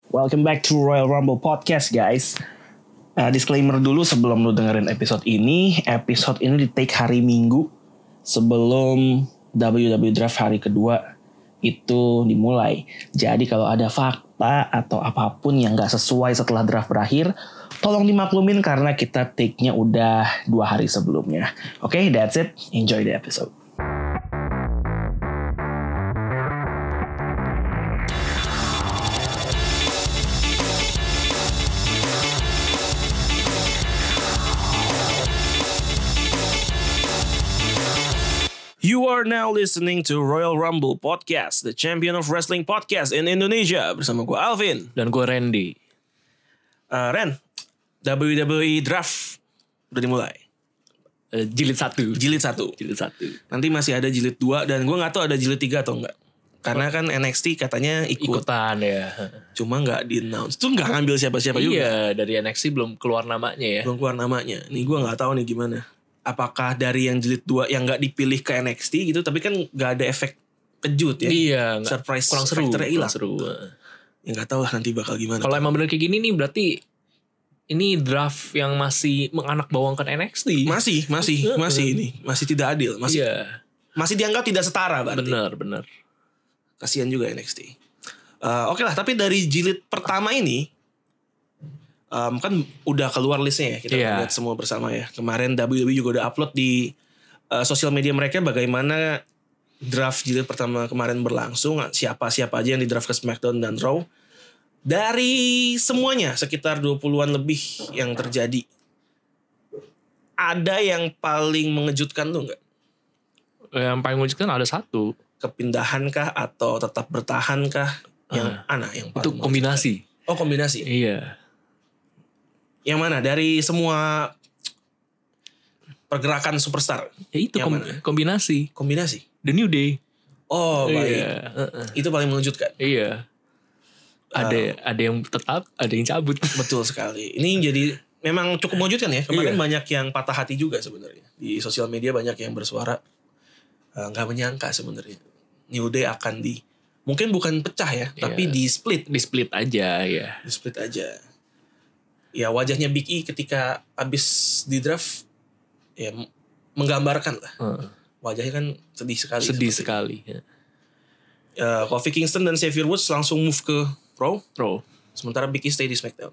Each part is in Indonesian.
Welcome back to Royal Rumble Podcast, guys. Disclaimer dulu sebelum lu dengerin episode ini. Episode ini di-take hari Minggu sebelum WWE Draft hari kedua itu dimulai. Jadi kalau ada fakta atau apapun yang gak sesuai setelah draft berakhir, tolong dimaklumin karena kita take-nya udah 2 hari sebelumnya. Okay, that's it. Enjoy the episode. You are now listening to Royal Rumble Podcast, the champion of wrestling podcast in Indonesia. Bersama gue Alvin. Dan gue Randy. Ren, WWE Draft udah dimulai. Jilid 1. Jilid 1. Nanti masih ada jilid 2 dan gue gak tahu ada jilid 3 atau enggak. Karena kan NXT katanya ikutan ya. Cuma gak di-announce. Itu gak ngambil siapa-siapa juga. Iya, dari NXT belum keluar namanya ya. Belum keluar namanya. Nih gue gak tahu nih gimana. Apakah dari yang jilid 2 yang gak dipilih ke NXT gitu, tapi kan gak ada efek kejut ya. Iya, surprise kurang seru. Kurang seru. Ya gak tahu lah nanti bakal gimana. Kalau emang bener kayak gini nih berarti ini draft yang masih menganak bawangkan NXT. Masih ini. Masih tidak adil. Masih dianggap tidak setara berarti. Bener. Kasian juga NXT. Oke lah, tapi dari jilid pertama ini kan udah keluar listnya ya, kita lihat semua bersama ya. Kemarin WWE juga udah upload di sosial media mereka bagaimana draft jilid pertama kemarin berlangsung, siapa-siapa aja yang di draft ke SmackDown dan Raw. Dari semuanya sekitar 20-an lebih yang terjadi, ada yang paling mengejutkan tuh nggak? Yang paling mengejutkan ada satu. Kepindahan kah atau tetap bertahan kah? Yang yang paling itu kombinasi. Oh, kombinasi. Iya. Yang mana dari semua pergerakan superstar? Ya itu kombinasi. The New Day. Oh, baik. Iya. Itu paling mengejutkan. Iya. Ada yang tetap, ada yang cabut. Betul sekali. Ini jadi memang cukup mengejutkan ya. Kemarin banyak yang patah hati juga sebenarnya. Di sosial media banyak yang bersuara nggak menyangka sebenarnya New Day akan mungkin bukan pecah ya, tapi di split aja ya. Di split aja. Ya wajahnya Big E ketika abis di draft ya menggambarkan lah. Wajahnya kan sedih sekali. Ya. Kofi Kingston dan Xavier Woods langsung move ke Raw. Sementara Big E stay di SmackDown.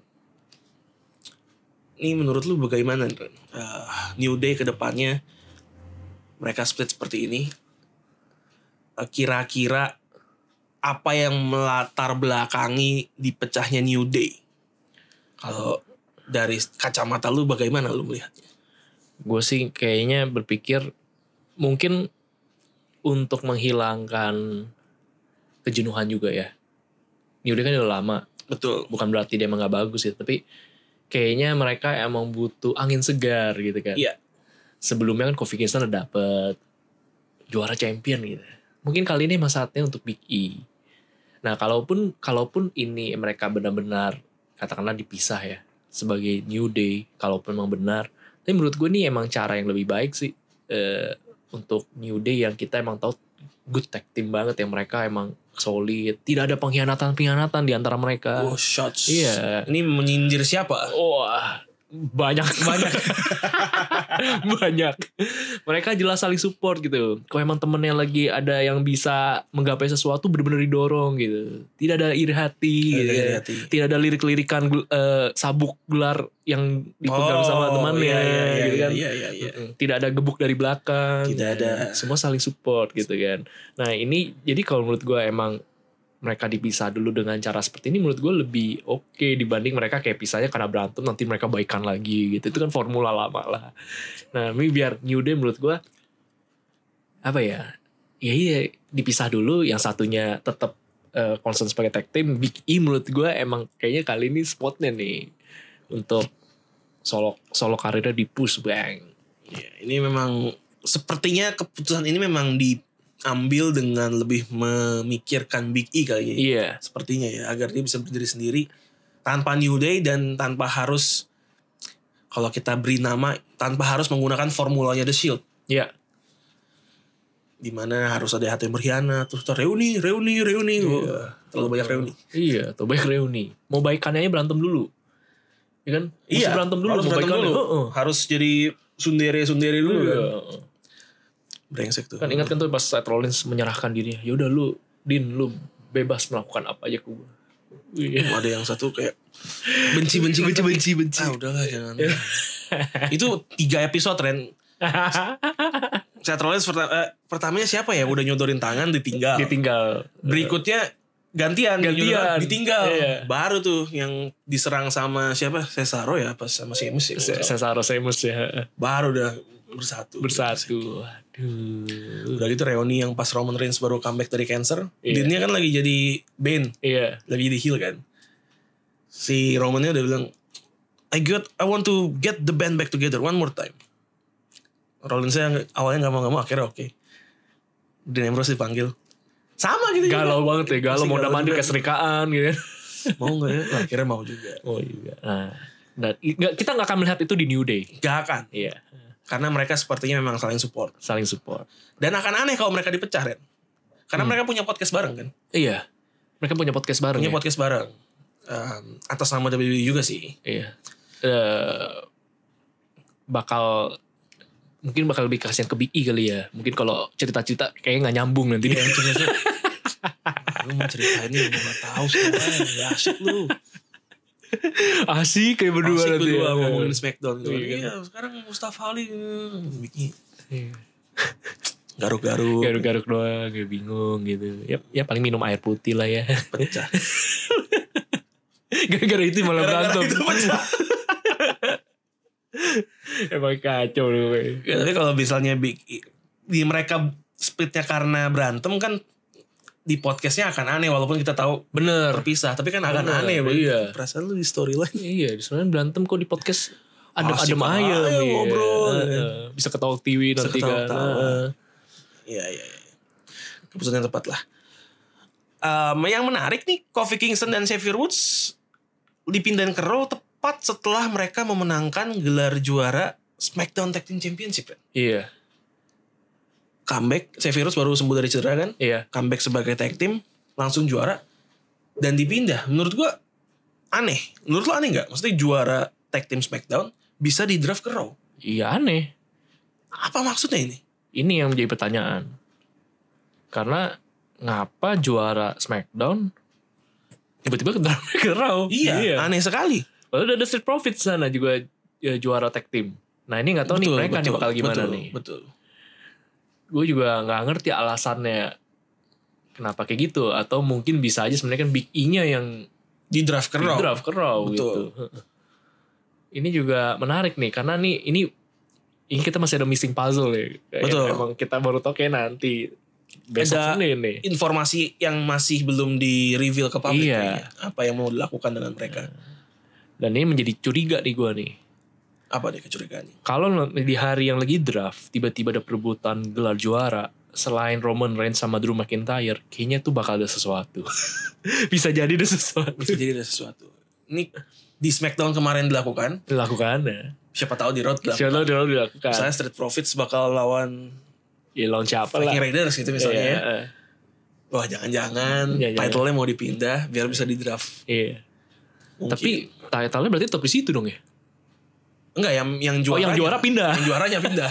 Ini menurut lu bagaimana? New Day ke depannya mereka split seperti ini. Kira-kira apa yang melatar belakangi dipecahnya New Day? Kalau dari kacamata lu bagaimana lu melihatnya? Gue sih kayaknya berpikir mungkin untuk menghilangkan kejenuhan juga ya. New Day kan udah lama. Betul. Bukan berarti dia emang gak bagus ya, tapi kayaknya mereka emang butuh angin segar gitu kan. Iya. Sebelumnya kan Kofi Kingston udah dapet juara champion gitu. Mungkin kali ini emang saatnya untuk Big E. Nah, kalaupun ini mereka benar-benar katakanlah dipisah ya sebagai New Day, kalaupun memang benar, tapi menurut gue ini emang cara yang lebih baik sih untuk New Day yang kita emang tahu good tag team banget, yang mereka emang solid, tidak ada pengkhianatan di antara mereka. Oh, shots. Iya. Ini menyindir siapa? Wah, banyak. Mereka jelas saling support gitu. Kalau emang temennya lagi ada yang bisa menggapai sesuatu, benar-benar didorong gitu. Tidak ada iri hati. Tidak ada lirik-lirikan sabuk gelar yang dipegang sama temannya gitu kan. Iya. Tidak ada gebuk dari belakang. Tidak ada. Semua saling support gitu kan. Nah, ini jadi kalau menurut gue emang mereka dipisah dulu dengan cara seperti ini menurut gue lebih oke dibanding mereka kayak pisahnya karena berantem nanti mereka baikan lagi gitu. Itu kan formula lama lah. Nah, ini biar New Day menurut gue apa ya? Ya iya dipisah dulu, yang satunya tetap concern sebagai tag team. Big E menurut gue emang kayaknya kali ini spotnya nih untuk solo karirnya di push bang. Ya, ini memang sepertinya keputusan ini memang diambil dengan lebih memikirkan Big E kali ya. Iya. Sepertinya ya, agar dia bisa berdiri sendiri tanpa New Day dan tanpa harus, kalau kita beri nama, tanpa harus menggunakan formulanya The Shield. Iya. Dimana harus ada hati yang berkhianat, terus reuni. Wah, terlalu banyak reuni. Iya, atau baik reuni. Mau baikannya aja berantem dulu. Ya kan? Iya, berantem dulu. harus mau berantem baikannya. dulu. Harus jadi sundere dulu kan. Iya. Brengsek tuh. Kan ingat kan tuh pas Seth Rollins menyerahkan dirinya. Ya udah lu bebas melakukan apa aja ke gue. Ada yang satu kayak benci. Ah udahlah jangan. Itu 3 episode Ren. Seth Rollins pertamanya siapa ya udah nyodorin tangan ditinggal. Berikutnya gantian. Ditinggal. Iya. Baru tuh yang diserang sama siapa? Cesaro ya pas sama Sheamus ya. Cesaro Sheamus ya. Baru udah bersatu. Aduh. Udah gitu reuni yang pas Roman Reigns baru comeback dari cancer. Iya. Dean-nya kan lagi jadi Bane. Iya. Lagi jadi heel kan. Si Roman-nya udah bilang I want to get the band back together one more time. Rollins-nya awalnya gak mau akhirnya oke. Dean Ambrose dipanggil. Sama gitu. Galau banget ya. Galau mau mandi ke serikaan gitu. Mau gak ya? Nah, akhirnya mau juga. Oh iya. Nah, dan kita gak akan melihat itu di New Day. Gak akan. Iya. Karena mereka sepertinya memang saling support. Dan akan aneh kalau mereka dipecah Ren. Karena mereka punya podcast bareng kan. Iya. Mereka punya podcast bareng. Podcast bareng. Atas nama WWE juga sih. Iya. Mungkin bakal lebih kasihan ke Big E kali ya. Mungkin kalau cerita-cerita kayaknya gak nyambung nanti. Iya, lu mau cerita ini lu gak tahu sekarang. Ya asik lu. Asik kayak berdua nanti. Asik berdua ngomongin Smackdown gitu. Iya, sekarang Mustafa Ali Big E. Iya. Garuk-garuk doang, kayak bingung gitu. Ya paling minum air putih lah ya. Pecah. Gara-gara itu malah berantem. Emang kacau loh. Ya, tapi kalau misalnya di mereka splitnya karena berantem kan di podcastnya akan aneh walaupun kita tahu bener terpisah tapi kan akan aneh. Iya. Perasaan lu di storyline. Iya, sebenarnya berantem kok di podcast adem ayam ngobrol. Bisa ketawa TV nanti kan. Iya. Keputusan yang tepat lah. Yang menarik nih Kofi Kingston dan Xavier Woods dipindahin ke Raw tepat setelah mereka memenangkan gelar juara SmackDown Tag Team Championship kan? Iya. Comeback, Xavier Woods baru sembuh dari cedera kan? Iya. Comeback sebagai tag team, langsung juara dan dipindah. Menurut gua aneh. Menurut lo aneh gak? Maksudnya juara tag team SmackDown bisa di draft ke Raw? Iya aneh. Apa maksudnya ini? Ini yang menjadi pertanyaan. Karena ngapa juara SmackDown tiba-tiba ke Raw? Iya, aneh sekali. Lalu ada Street Profits sana juga ya, juara tag team. Nah ini gak tahu nih mereka nih bakal gimana nih. Betul. Gue juga gak ngerti alasannya kenapa kayak gitu. Atau mungkin bisa aja sebenarnya kan Big E-nya yang di draft ke Raw gitu. Ini juga menarik nih karena ini kita masih ada missing puzzle ya. Betul. Emang kita baru tahu kayak nanti besok Senin nih. Informasi yang masih belum di reveal ke publik. Iya. Apa yang mau dilakukan dengan mereka. Dan ini menjadi curiga nih gue nih. Apa nih kecurigaannya? Kalau di hari yang lagi draft tiba-tiba ada perebutan gelar juara selain Roman Reigns sama Drew McIntyre, kayaknya tuh bakal ada sesuatu. Bisa jadi ada sesuatu. Ini di SmackDown kemarin dilakukan ya. Siapa tahu di Raw dilakukan. Misalnya Street Profits bakal lawan siapa lah. Viking Raiders gitu misalnya. Wah jangan-jangan title-nya mau dipindah biar bisa di draft. Iya. Tapi title-nya berarti tetap di situ dong ya? Enggak, yang juara pindah. Yang juaranya pindah.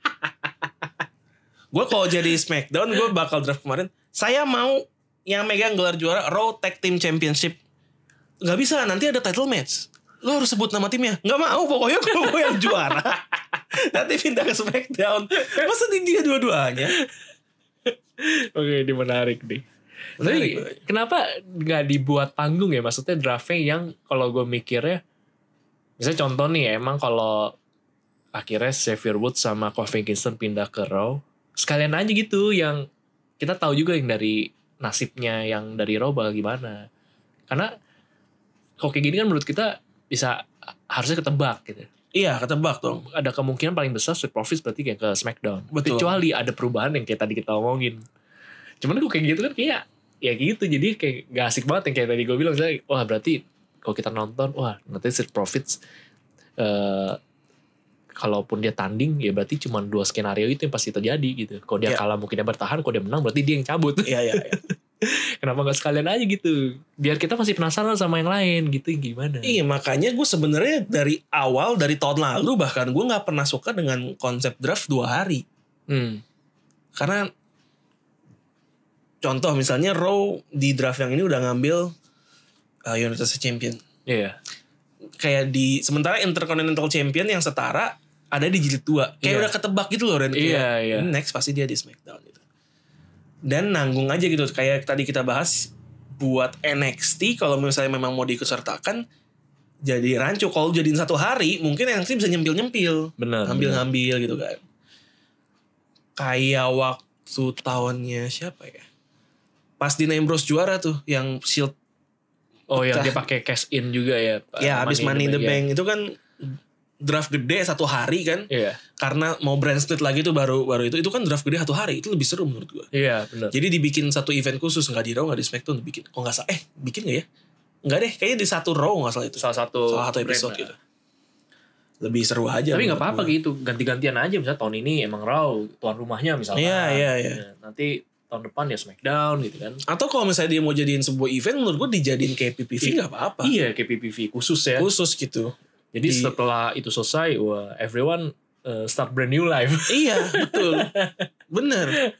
Gue kalau jadi SmackDown gue bakal draft kemarin. Saya mau yang megang gelar juara Raw Tag Team Championship. Gak bisa, nanti ada title match. Lo harus sebut nama timnya. Gak mau, pokoknya gue mau yang juara. Nanti pindah ke SmackDown. Masa dia dua-duanya? Oke, ini menarik nih. Tapi kenapa gak dibuat panggung ya? Maksudnya draftnya yang kalau gue mikirnya, misalnya contoh nih emang kalau akhirnya Xavier Woods sama Kofi Kingston pindah ke Raw, sekalian aja gitu yang kita tahu juga yang dari nasibnya yang dari Raw bakal gimana. Karena kalau kayak gini kan menurut kita harusnya ketebak gitu. Iya, ketebak dong. Ada kemungkinan paling besar Street Profits berarti kayak ke SmackDown. Betul. Kecuali ada perubahan yang kayak tadi kita omongin. Cuman kok kayak gitu kan kayak ya gitu. Jadi kayak gak asik banget yang kayak tadi gue bilang. Misalnya, wah berarti kalau kita nonton, wah nanti Street Profits kalaupun dia tanding ya berarti cuma 2 skenario itu yang pasti terjadi gitu. Kalau dia kalah mungkin dia bertahan, kalau dia menang berarti dia yang cabut. Iya. Kenapa gak sekalian aja gitu? Biar kita masih penasaran sama yang lain gitu, gimana? Iya, makanya gue sebenarnya dari awal, dari tahun lalu bahkan gue gak pernah suka dengan konsep draft 2 hari. Karena contoh misalnya Raw di draft yang ini udah ngambil United States Champion. Iya. Kayak sementara Intercontinental Champion yang setara ada di jilid 2. Kayak udah ketebak gitu loh Ren. Iya. Next pasti dia di SmackDown gitu. Dan nanggung aja gitu. Kayak tadi kita bahas buat NXT kalau misalnya memang mau diikutsertakan jadi rancu. Kalau jadiin 1 hari mungkin NXT bisa nyempil-nyempil. Benar. Ngambil-ngambil gitu kan. Kayak waktu tahunnya siapa ya? Pas Dean Ambrose juara tuh yang Shield. Oh yang dia pakai cash in juga ya. Ya abis Money in the Bank itu kan draft gede 1 hari kan. Iya. Karena mau brand split lagi tuh baru itu kan draft gede 1 hari. Itu lebih seru menurut gue. Iya benar. Jadi dibikin 1 event khusus. Gak di Raw gak di SmackDown dibikin. Kok gak salah bikin gak ya? Enggak deh kayaknya di 1 Raw gak salah itu. Salah satu episode gitu. Lebih seru aja. Tapi gak apa-apa gitu. Ganti-gantian aja. Misalnya tahun ini emang Raw tuan rumahnya misalnya. Iya. Nanti tahun depan ya SmackDown gitu kan. Atau kalau misalnya dia mau jadiin sebuah event menurut gue dijadiin kayak PPV gak apa-apa. Iya kayak PPV khusus ya. Khusus gitu. Jadi setelah itu selesai, wah everyone start brand new life. Iya betul. Bener.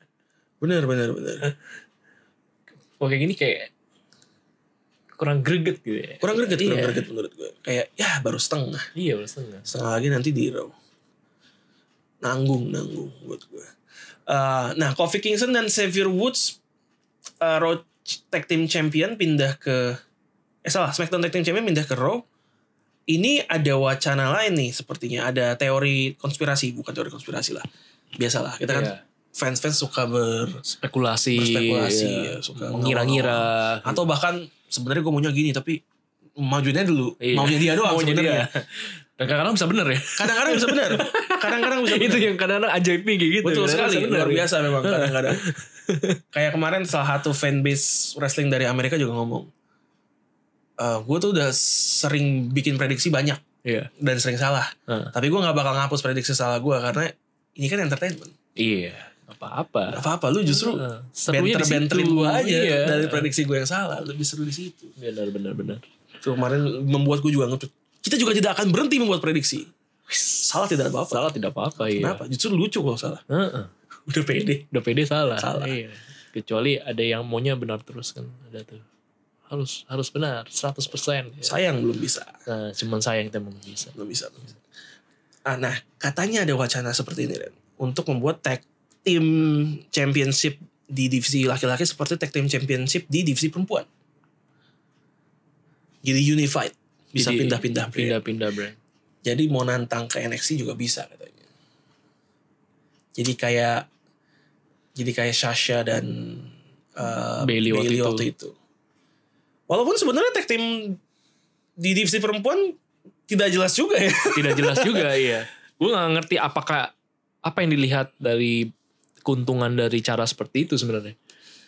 Wah kayak gini kayak kurang greget gitu ya. Kurang greget menurut gue. Kayak ya baru setengah. Iya baru setengah. Setengah lagi nanti di Raw. Nanggung buat gue. Nah Kofi Kingston dan Xavier Woods Raw Tag Team Champion pindah ke SmackDown Tag Team Champion pindah ke Raw. Ini ada wacana lain nih sepertinya. Ada teori konspirasi. Bukan teori konspirasi lah. Biasalah. Kita kan fans-fans suka berspekulasi ya, suka mengira-ngira. Atau bahkan sebenarnya gue maunya gini. Tapi majunya dulu. Maunya dia doang sebenarnya. Dan kadang-kadang bisa bener ya. Kadang-kadang bisa bener. Itu yang kadang-kadang ajaib gitu. Betul sekali. Luar biasa memang kadang-kadang. Kayak kemarin salah satu fanbase wrestling dari Amerika juga ngomong. Gue tuh udah sering bikin prediksi banyak. Iya. Dan sering salah. Tapi gue gak bakal ngapus prediksi salah gue. Karena ini kan entertainment. Iya. Apa-apa. Lu justru banter-banterin gue aja. Dari prediksi gue yang salah. Lebih seru di situ. Benar. Itu kemarin membuat gue juga ngetweet. Kita juga tidak akan berhenti membuat prediksi. Salah tidak apa-apa. Iya. Kenapa? Justru lucu kalau salah. Udah pede salah. Iya. Kecuali ada yang maunya benar terus kan. Ada tuh. Harus benar 100%. Sayang belum bisa. Nah, cuman sayang kita belum bisa. Belum bisa. Nah, katanya ada wacana seperti ini Ren. Untuk membuat tag team championship di divisi laki-laki seperti tag team championship di divisi perempuan. Jadi unified. Bisa pindah-pindah brand. Jadi mau nantang ke NXT juga bisa katanya. Jadi kayak Sasha dan Bayley waktu itu. Walaupun sebenarnya tag team di divisi perempuan tidak jelas juga ya. Tidak jelas juga iya. Gue gak ngerti apa yang dilihat dari keuntungan dari cara seperti itu sebenarnya.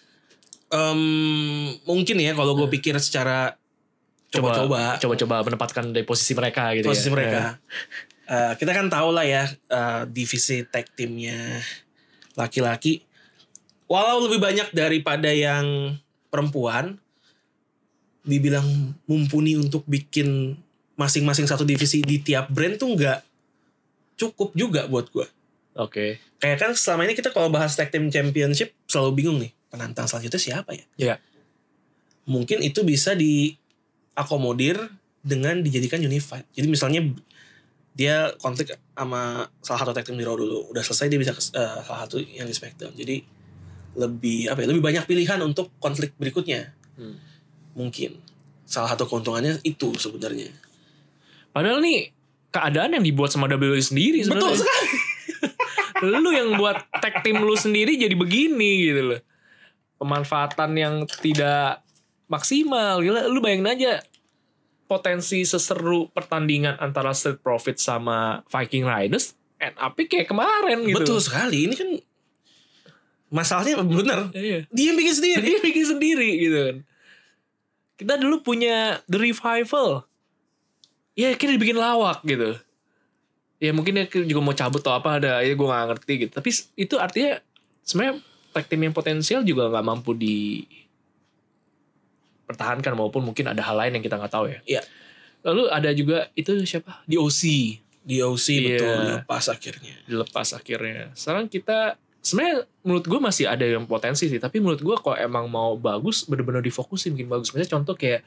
Mungkin ya kalau gue pikir secara coba menempatkan dari posisi mereka gitu. Posisi mereka. Kita kan tahu lah ya divisi tag teamnya laki-laki. Walau lebih banyak daripada yang perempuan, dibilang mumpuni untuk bikin masing-masing satu divisi di tiap brand tuh nggak cukup juga buat gue. Oke. Kayak kan selama ini kita kalau bahas tag team championship selalu bingung nih penantang selanjutnya siapa ya? Iya. Mungkin itu bisa diakomodir dengan dijadikan unified. Jadi misalnya dia konflik sama salah satu tag team di Raw dulu, udah selesai dia bisa ke salah satu yang di SmackDown. Jadi lebih banyak pilihan untuk konflik berikutnya. Mungkin salah satu keuntungannya itu sebenarnya. Padahal nih keadaan yang dibuat sama WWE sendiri sebenarnya. Betul sekali. Lu yang buat tag team lu sendiri jadi begini gitu loh. Pemanfaatan yang tidak maksimal. Gila, lu bayangin aja potensi seseru pertandingan antara Street Profits sama Viking Raiders end up kayak kemarin gitu. Betul sekali. Ini kan masalahnya benar. Iya. Dia yang bikin sendiri gitu kan. Kita dulu punya The Revival. Ya kita dibikin lawak gitu. Ya mungkin dia juga mau cabut atau apa, ada ya gue gak ngerti gitu. Tapi itu artinya sebenarnya tag team yang potensial juga gak mampu dipertahankan, maupun mungkin ada hal lain yang kita gak tahu ya. Iya. Lalu ada juga itu siapa? DOC. Betul, Iya. Dilepas akhirnya. Sekarang kita sebenarnya menurut gue masih ada yang potensi sih, tapi menurut gue kalau emang mau bagus bener-bener difokusin bikin bagus. Misalnya contoh kayak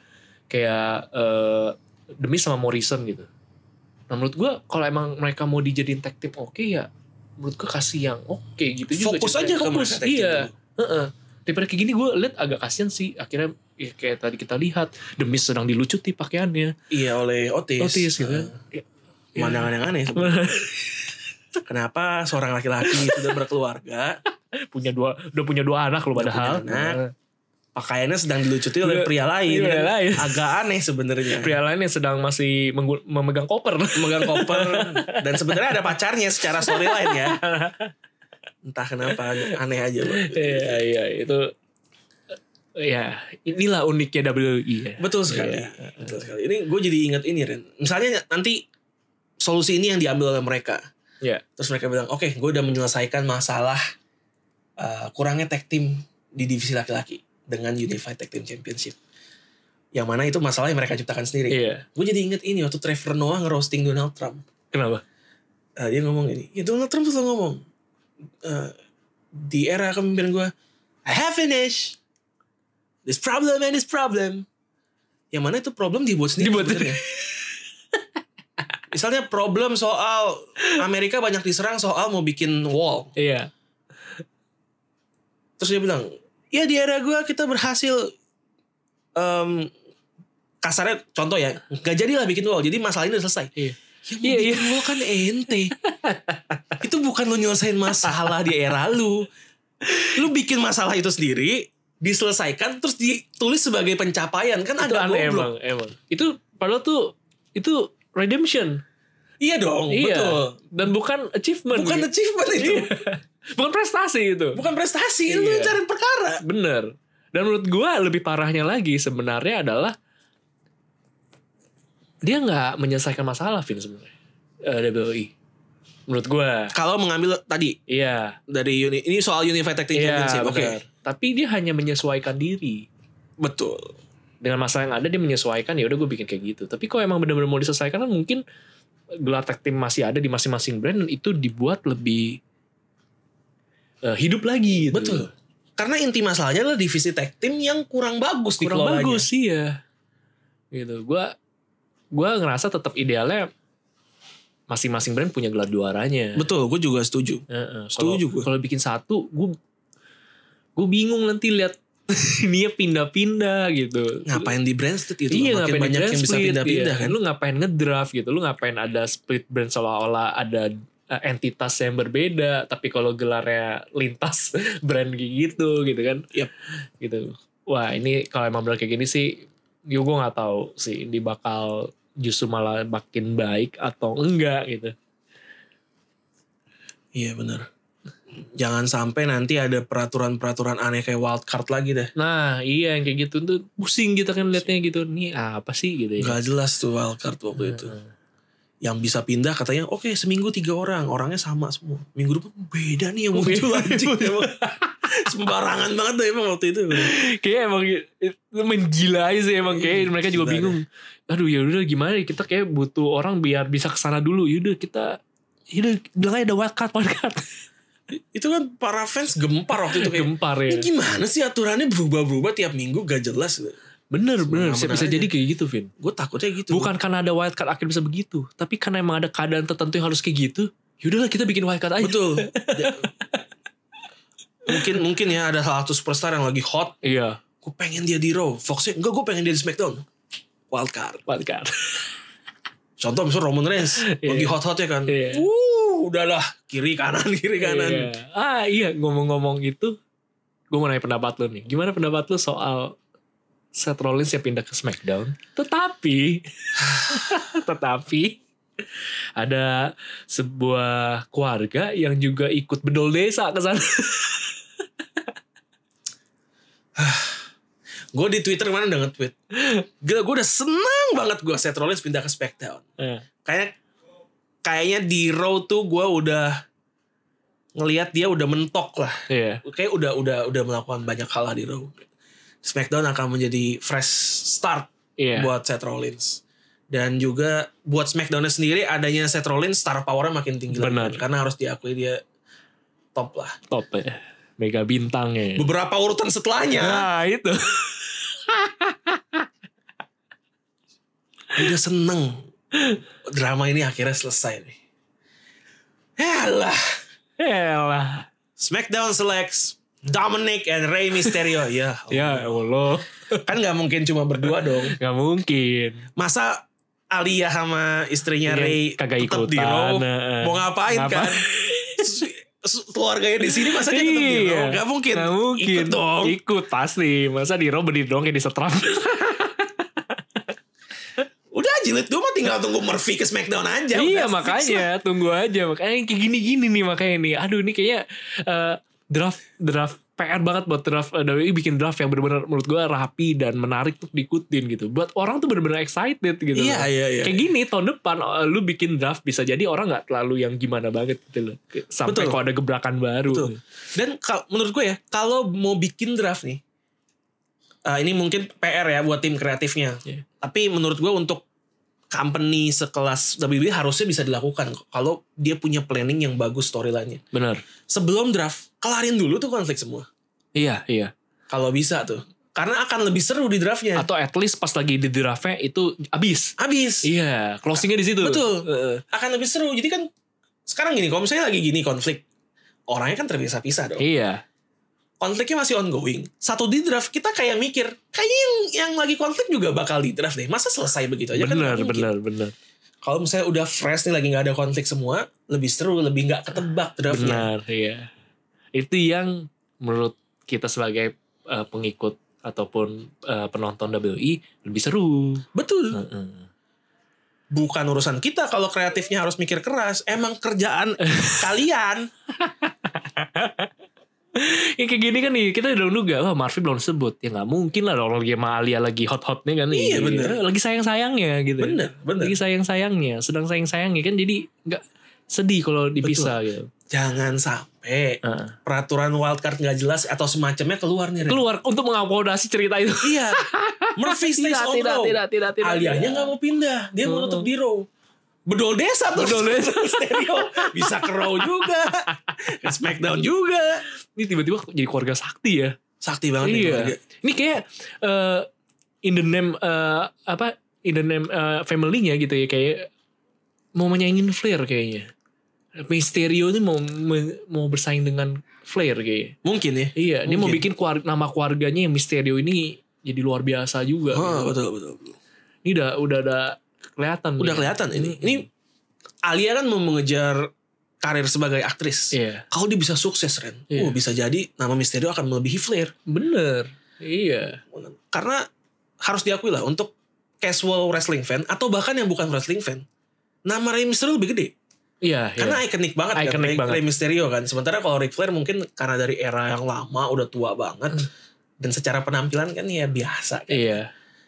The Miz sama Morrison gitu. Nah menurut gue kalau emang mereka mau dijadiin tag team oke ya, menurut gue kasih yang oke gitu juga. Fokus aja ke mereka tag team iya. dulu. Daripada kayak gini gue liat agak kasian sih. Akhirnya ya kayak tadi kita lihat The Miz sedang dilucuti pakaiannya. Iya, oleh Otis gitu. Pemandangan yang aneh sebenarnya. Kenapa seorang laki-laki sudah berkeluarga, udah punya dua anak loh padahal. Pakaiannya sedang dilucuti oleh pria lain. Agak aneh sebenarnya. Pria lain yang sedang masih memegang koper. Dan sebenarnya ada pacarnya secara storyline ya. Entah kenapa aneh aja, Bang. Iya itu. Ya inilah uniknya WWE ya. Betul sekali. Ini gue jadi ingat ini, Ren. Misalnya nanti solusi ini yang diambil oleh mereka. Ya. Terus mereka bilang, oke, gue udah menyelesaikan masalah kurangnya tag team di divisi laki-laki dengan Unified Tag Team Championship. Yang mana itu masalah yang mereka ciptakan sendiri. Iya. Gue jadi inget ini waktu Trevor Noah ngerosting Donald Trump. Kenapa? Dia ngomong ini. Ya Donald Trump tuh ngomong. Di era kepemimpinan gue, I have finished this problem and this problem. Yang mana itu problem dibuat sendiri. Misalnya problem soal Amerika banyak diserang soal mau bikin wall. Iya. Terus dia bilang, ya di era gue kita berhasil, kasarnya contoh ya, gak jadilah bikin wall. Jadi masalah ini udah selesai. Iya. Ya mau bikin wall kan ente. Itu bukan lu nyelesain masalah di era lu. Lu bikin masalah itu sendiri, diselesaikan, terus ditulis sebagai pencapaian. Kan itu agak aneh goblok. emang. Itu padahal tuh itu redemption. Iya dong, betul. Dan bukan achievement. Bukan achievement itu. Bukan prestasi itu. Bukan prestasi, lu cari perkara. Bener. Dan menurut gue lebih parahnya lagi sebenarnya adalah dia gak menyelesaikan masalah, Vin, sebenarnya. WWE. Menurut gue. Kalau mengambil tadi. Iya. Dari ini soal Unified Tag Team Championship. Oke. Tapi dia hanya menyesuaikan diri. Betul. Dengan masalah yang ada dia menyesuaikan, ya udah gue bikin kayak gitu. Tapi kalau emang benar-benar mau diselesaikan kan mungkin gelar tag team masih ada di masing-masing brand dan itu dibuat lebih hidup lagi gitu. Betul. Karena inti masalahnya adalah divisi tag team yang kurang bagus dikelolanya. Kurang bagus sih ya. Gitu. Gue ngerasa tetap idealnya masing-masing brand punya gelar juaranya. Betul, gue juga setuju. Setuju gue. Kalau bikin satu, gue bingung nanti lihat dia pindah-pindah gitu. Ngapain di brand split itu? Iya, makin banyak yang bisa pindah-pindah kan. Lu ngapain ngedraft gitu. Lu ngapain ada split brand seolah-olah ada entitas yang berbeda. Tapi kalau gelarnya lintas brand gitu kan. Yep. Gitu. Wah ini kalau emang benar kayak gini sih. Gue gak tahu sih. Ini bakal justru malah makin baik atau enggak gitu. Iya benar. Jangan sampai nanti ada peraturan-peraturan aneh kayak wild card lagi deh. Nah iya yang kayak gitu tuh pusing kita kan liatnya gitu. Nih apa sih gitu ya. Gak jelas tuh wild card waktu itu. Yang bisa pindah katanya oke, seminggu 3 orang. Orangnya sama semua. Minggu depan beda nih yang muncul anjing. Sembarangan banget deh emang waktu itu. Kayak emang main gila aja sih emang. Kayak mereka juga bingung. Aduh ya udah gimana kita kayak butuh orang biar bisa kesana dulu. Yaudah kita bilang aja ada wild card. Itu kan para fans gempar waktu itu kayak, gempar ya. Ini gimana sih aturannya berubah-berubah tiap minggu gak jelas. Bener bisa jadi kayak gitu, Vin. Gue takutnya gitu. Bukan karena ada wild card akhirnya bisa begitu, tapi karena emang ada keadaan tertentu yang harus kayak gitu. Yaudahlah kita bikin wild card aja. Betul. Mungkin ya ada salah satu superstar yang lagi hot. Iya. Gue pengen dia di Raw. Foxnya enggak, gue pengen dia di SmackDown. Wild card. Contoh misalnya Roman Reigns lagi hot-hotnya kan. Udahlah kiri kanan. Iya ngomong-ngomong itu, gue mau nanya pendapat lo nih. Gimana pendapat lo soal Seth Rollins yang pindah ke SmackDown? Tetapi ada sebuah keluarga yang juga ikut bedol desa ke sana. Gue di Twitter kemarin udah nge-tweet. Gila gue udah senang banget gue Seth Rollins pindah ke SmackDown. Kayak kayaknya di Raw tuh gue udah ngelihat dia udah mentok lah. Iya. Kayak udah melakukan banyak hal lah di Raw. SmackDown akan menjadi fresh start buat Seth Rollins. Dan juga buat SmackDown-nya sendiri adanya Seth Rollins star power-nya makin tinggi lagi. Karena harus diakui dia top lah. Top ya. Mega bintang ya. Beberapa urutan setelahnya. Nah itu. Udah seneng. Drama ini akhirnya selesai nih. Yalah. SmackDown selects Dominic and Rey Mysterio. Ya Allah. Kan gak mungkin cuma berdua dong. Gak mungkin. Masa Alia sama istrinya Rey kagak tetap ikutan. di Raw. Mau ngapain kan? Keluarganya di sini masa dia tetap di Raw? Gak mungkin. Ikut dong. Ikut pasti. Masa di Raw berdiri dong kayak di setrap. Udah jilid 2 mah tinggal tunggu Murphy ke SmackDown aja. Iya makanya tunggu aja. Makanya kayak gini-gini nih makanya nih. Aduh ini kayaknya draft PR banget buat draft WWE bikin draft yang benar-benar menurut gue rapi dan menarik untuk diikutin gitu. Buat orang tuh benar-benar excited gitu. Iya. Kayak gini tahun depan lu bikin draft bisa jadi orang nggak terlalu yang gimana banget gitu loh. Sampai kalau ada gebrakan baru. Betul. Dan menurut gue ya kalau mau bikin draft nih, ini mungkin PR ya buat tim kreatifnya. Yeah. Tapi menurut gue untuk company sekelas WWE harusnya bisa dilakukan kalau dia punya planning yang bagus storyline-nya. Benar. Sebelum draft, kelarin dulu tuh konflik semua. Iya. Kalau bisa tuh. Karena akan lebih seru di draftnya. Atau at least pas lagi di draftnya itu abis. Iya, closingnya di situ. Betul. Akan lebih seru. Jadi kan sekarang gini, kalau misalnya lagi gini konflik, orangnya kan terpisah-pisah dong. Iya. Konfliknya masih ongoing. Satu di draft kita kayak mikir, kayaknya yang lagi konflik juga bakal di draft deh. Masa selesai begitu aja? Bener. Kalau misalnya udah fresh nih lagi gak ada konflik semua, lebih seru, lebih gak ketebak draftnya. Benar, iya. Itu yang menurut kita sebagai pengikut ataupun penonton WWE lebih seru. Betul. Bukan urusan kita kalau kreatifnya harus mikir keras. Emang kerjaan kalian. Yang kayak gini kan nih kita udah duga wah Murphy belum sebut ya nggak mungkin lah orang lagi sama Alia lagi hot-hotnya kan iya bener lagi sayang-sayangnya gitu bener lagi sayang-sayangnya sedang sayang-sayangnya kan jadi nggak sedih kalau dipisah. Betul. Gitu jangan sampai peraturan wildcard nggak jelas atau semacamnya keluar nih keluar untuk mengakomodasi cerita itu. Iya Murphy stays on Raw tidak Alianya nggak mau pindah dia mau tetap di Raw. Bedol desa tuh Mysterio bisa ke Raw juga ke SmackDown juga. Ini tiba-tiba jadi keluarga sakti ya. Sakti banget nih keluarga. Ini kayak in the name family-nya gitu ya, kayak mau menyaingin Flair kayaknya. Mysterio ini mau bersaing dengan Flair kayaknya. Mungkin ya. Iya, dia mau bikin nama keluarganya yang Mysterio ini jadi luar biasa juga. Betul. Ini udah ada kelihatan. Udah kelihatan ini Alia kan mau mengejar karir sebagai aktris. Iya. Kalau dia bisa sukses Ren, bisa jadi nama Mysterio akan melebihi Flair. Bener. Iya. Karena harus diakui lah untuk casual wrestling fan atau bahkan yang bukan wrestling fan, nama Rey Mysterio lebih gede. Iya. Karena ikonik banget kan Rey Mysterio kan. Sementara kalau Ric Flair mungkin karena dari era yang lama udah tua banget dan secara penampilan kan ya biasa. Kan? Iya.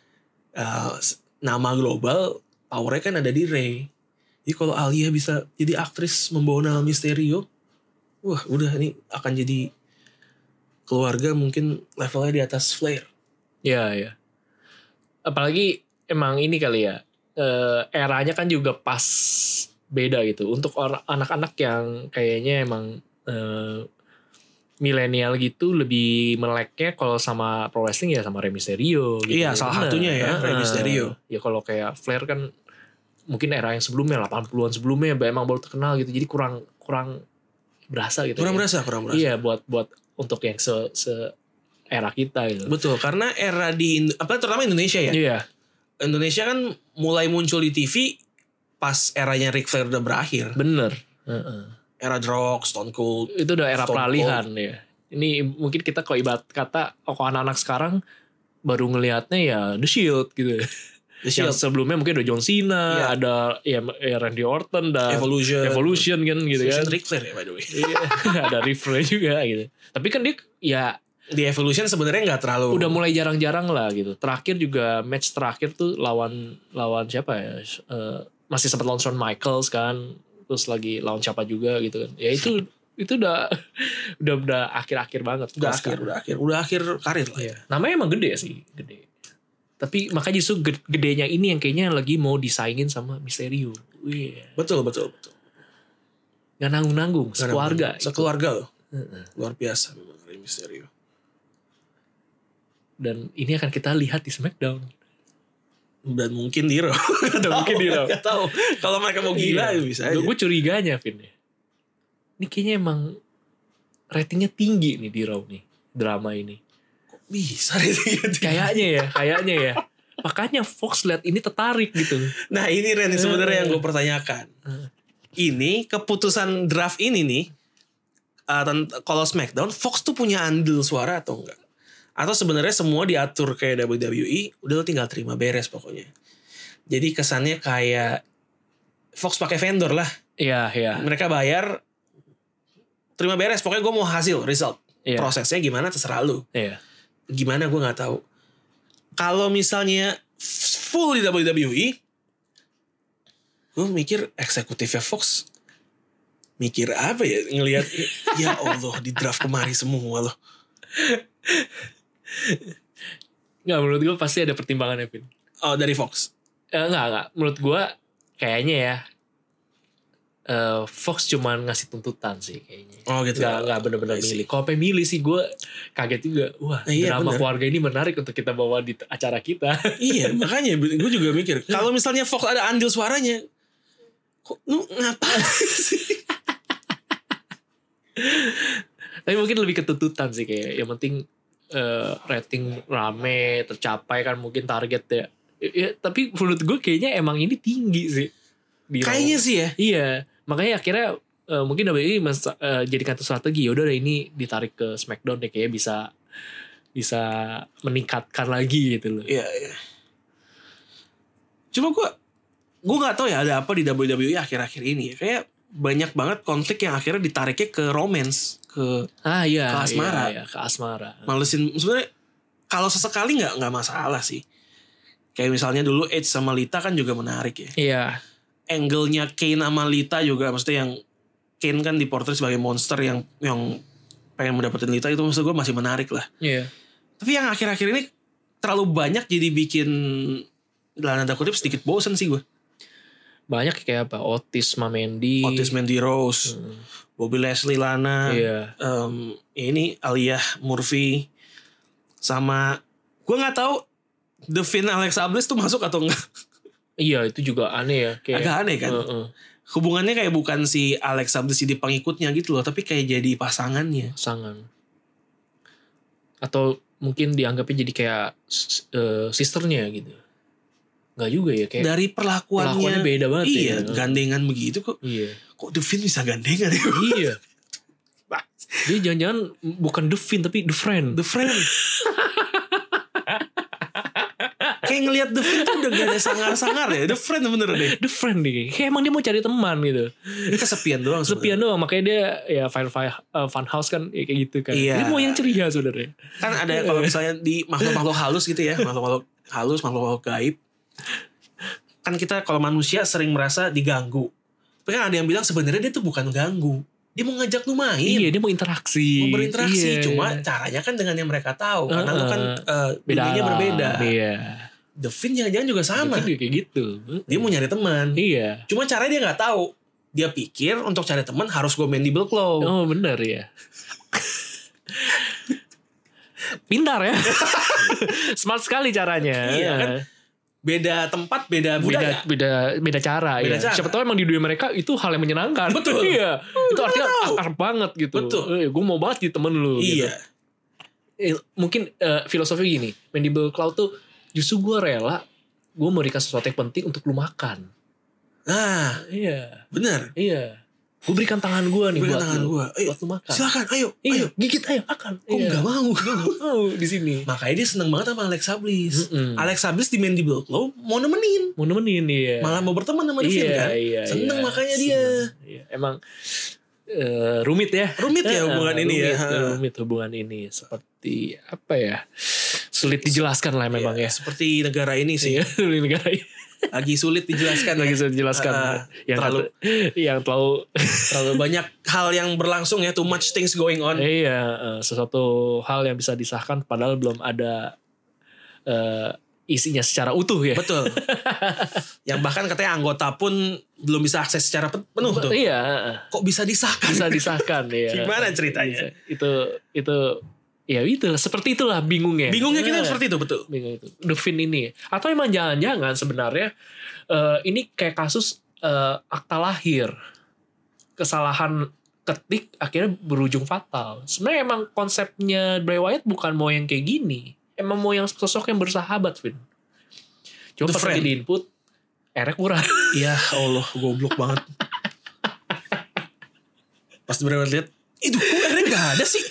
Nama global powernya kan ada di Rey. Jadi kalau Alia bisa jadi aktris membawa nama Mysterio, wah udah ini akan jadi keluarga mungkin levelnya di atas Flair. Iya. Apalagi emang ini kali ya, eranya kan juga pas beda gitu. Untuk anak-anak yang kayaknya emang milenial gitu lebih meleknya kalau sama pro wrestling ya sama Rey Mysterio gitu. Iya, salah satunya ya Rey Mysterio. Ya kalau kayak Flair kan mungkin era yang sebelumnya 80-an sebelumnya emang baru terkenal gitu. Jadi kurang berasa gitu. Kurang berasa. Iya, buat untuk yang se era kita gitu. Betul, karena era terutama Indonesia ya. Iya. Indonesia kan mulai muncul di TV pas eranya Ric Flair udah berakhir. Bener. Era The Rock, Stone Cold. Itu udah era peralihan ya. Ini mungkin kita kok ibarat kata anak-anak sekarang baru ngelihatnya ya The Shield gitu. Yang sebelumnya mungkin ada John Cena, ada ya Randy Orton, dan Evolution kan gitu kan. Ric Flair ya by the way. Iya, ada Ric Flair juga gitu. Tapi kan dia ya di Evolution sebenarnya nggak terlalu. Udah mulai jarang-jarang lah gitu. Terakhir juga match terakhir tuh lawan siapa ya? Masih sempat lawan Shawn Michaels kan. terus lagi lawan siapa juga gitu kan. Ya itu udah akhir-akhir banget. Udah akhir karir lah. Iya. Namanya emang gede sih, gede. Tapi makanya justru gedenya ini yang kayaknya lagi mau disaingin sama Mysterio. Wih. Betul. Gak nanggung-nanggung, sekeluarga. Sekeluarga loh. Luar biasa memang Rey Mysterio. Dan ini akan kita lihat di SmackDown. Dan mungkin di Raw. Gak tahu. Kalau mereka mau gila ya bisa aja. Gue curiganya Vin. Ini kayaknya emang ratingnya tinggi nih di Raw nih. Drama ini. Kok bisa ratingnya tinggi? Kayaknya ya. Makanya Fox lihat ini tertarik gitu. Nah ini Ren sebenarnya yang gue pertanyakan. Ini keputusan draft ini nih. Kalau SmackDown Fox tuh punya andil suara atau enggak? Atau sebenarnya semua diatur kayak WWE, udah lo tinggal terima beres pokoknya. Jadi kesannya kayak Fox pakai vendor lah. Iya. Mereka bayar, terima beres. Pokoknya gue mau hasil, result. Iya. Prosesnya gimana terserah lu. Iya. Gimana gue nggak tahu. Kalau misalnya full di WWE, gue mikir eksekutifnya Fox mikir apa ya, ngelihat ya Allah di draft kemari semua loh. Nggak, menurut gue pasti ada pertimbangannya, Vin. Oh, dari Fox? Nggak. Menurut gue kayaknya ya Fox cuma ngasih tuntutan sih kayaknya. Oh gitu. Nggak benar-benar milih. Kalau pengen milih sih gue kaget juga. Wah, drama bener. Keluarga ini menarik untuk kita bawa di acara kita. Iya, makanya gue juga mikir. Kalau misalnya Fox ada andil suaranya, kok lu ngapain sih? Tapi mungkin lebih ketuntutan sih kayak. Yang penting rating rame tercapai kan mungkin target ya. Tapi menurut gue kayaknya emang ini tinggi sih. Kayaknya sih ya. Iya. Makanya akhirnya mungkin WWE jadikan itu strategi. Yaudah ini ditarik ke SmackDown deh, kayaknya bisa meningkatkan lagi gitu loh. Iya. Cuma gue nggak tahu ya ada apa di WWE akhir-akhir ini ya. Kayak banyak banget konflik yang akhirnya ditariknya ke romance, ke asmara. Iya, ke asmara. Malesin sebenarnya kalau sesekali nggak masalah sih. Kayak misalnya dulu Edge sama Lita kan juga menarik ya. Iya. Angle-nya Kane sama Lita juga, maksudnya yang Kane kan diportret sebagai monster yang pengen mendapatkan Lita, itu maksud gue masih menarik lah. Iya. Tapi yang akhir-akhir ini terlalu banyak jadi bikin dalam tanda kutip sedikit bosen sih gue. Banyak kayak apa? Otis Mandy Rose, Bobby Lashley, Lana, ini Aliyah Murphy, sama gue nggak tahu The Finn Alexa Bliss tuh masuk atau enggak. Iya, itu juga aneh ya. Kayak, agak aneh kan. Hubungannya kayak bukan si Alexa Bliss jadi pengikutnya gitu loh, tapi kayak jadi pasangannya. Pasangan. Atau mungkin dianggapnya jadi kayak sisternya gitu. Nggak juga ya, kayak dari perlakuannya beda banget. Iya, gandengan begitu kok. Iya. Kok The Finn bisa gandengan ya? Iya. Dia jangan-jangan bukan The Finn tapi The Friend. Kayak ngelihat The Finn tuh udah gak ada sangar-sangar ya. The Friend bener deh. The Friend deh. Kayak emang dia mau cari teman gitu. Dia kesepian doang. Makanya dia ya Fun House kan kayak gitu kan. Iya. Dia mau yang ceria sebenarnya. Kan ada kalau misalnya di makhluk-makhluk halus gitu ya. Makhluk-makhluk halus, makhluk-makhluk gaib. Kan kita kalau manusia sering merasa diganggu. Tapi kan ada yang bilang sebenarnya dia tuh bukan ganggu. Dia mau ngajak lu main. Iya, dia mau interaksi. Mau berinteraksi. Cuma caranya kan dengan yang mereka tahu. Karena lu kan dunianya berbeda. Iya. The Finn jangan-jangan juga sama. The Finn kayak gitu. Dia mau nyari teman. Iya. Cuma caranya dia gak tahu. Dia pikir untuk cari teman harus go Mandible Claw. Oh benar ya. Pintar ya. Smart sekali caranya. Iya kan. Beda tempat, beda budaya. Beda cara. Beda cara. Siapa tahu emang di dunia mereka itu hal yang menyenangkan. Betul. Iya. Itu artinya akrab banget gitu. Betul. Gue mau banget jadi temen lu. Iya. Gitu. Mungkin filosofi gini. Mandible Claw tuh justru gue rela. Gue memberikan sesuatu yang penting untuk lu makan. Nah. Iya. Benar. Iya. Gue berikan tangan gue nih buat lu makan. Silakan, ayo. Gigit, ayo makan. Kok gak mau? Gue gak mau di sini. Makanya dia seneng banget sama Alexa Bliss. Alexa Bliss di Mandible Claw mau nemenin. Iya. Malah mau berteman sama Finn kan. Seneng makanya dia. Iya. Emang rumit ya. Rumit ya hubungan ini ya. Rumit hubungan ini. Seperti apa ya. Sulit dijelaskan lah memang ya. Seperti negara ini sih. Negara ini. Lagi sulit dijelaskan. Lagi sulit dijelaskan. Yang terlalu banyak hal yang berlangsung ya, too much things going on. Iya, sesuatu hal yang bisa disahkan padahal belum ada isinya secara utuh ya. Betul. Yang bahkan katanya anggota pun belum bisa akses secara penuh tuh. Iya. Kok bisa disahkan? Bisa disahkan ya. Gimana ceritanya? Itu ya itu seperti itulah bingungnya. Bingungnya kita seperti itu, betul. Bingung itu. The Fin ini. Atau emang jangan-jangan sebenarnya ini kayak kasus akta lahir. Kesalahan ketik akhirnya berujung fatal. Sebenarnya emang konsepnya Bray Wyatt bukan mau yang kayak gini. Emang mau yang sosok yang bersahabat, Vin. Cuma pas lagi di input erek kurang. Ya Allah, goblok banget. Pas Bray Wyatt lihat, itu kok erek gak ada sih.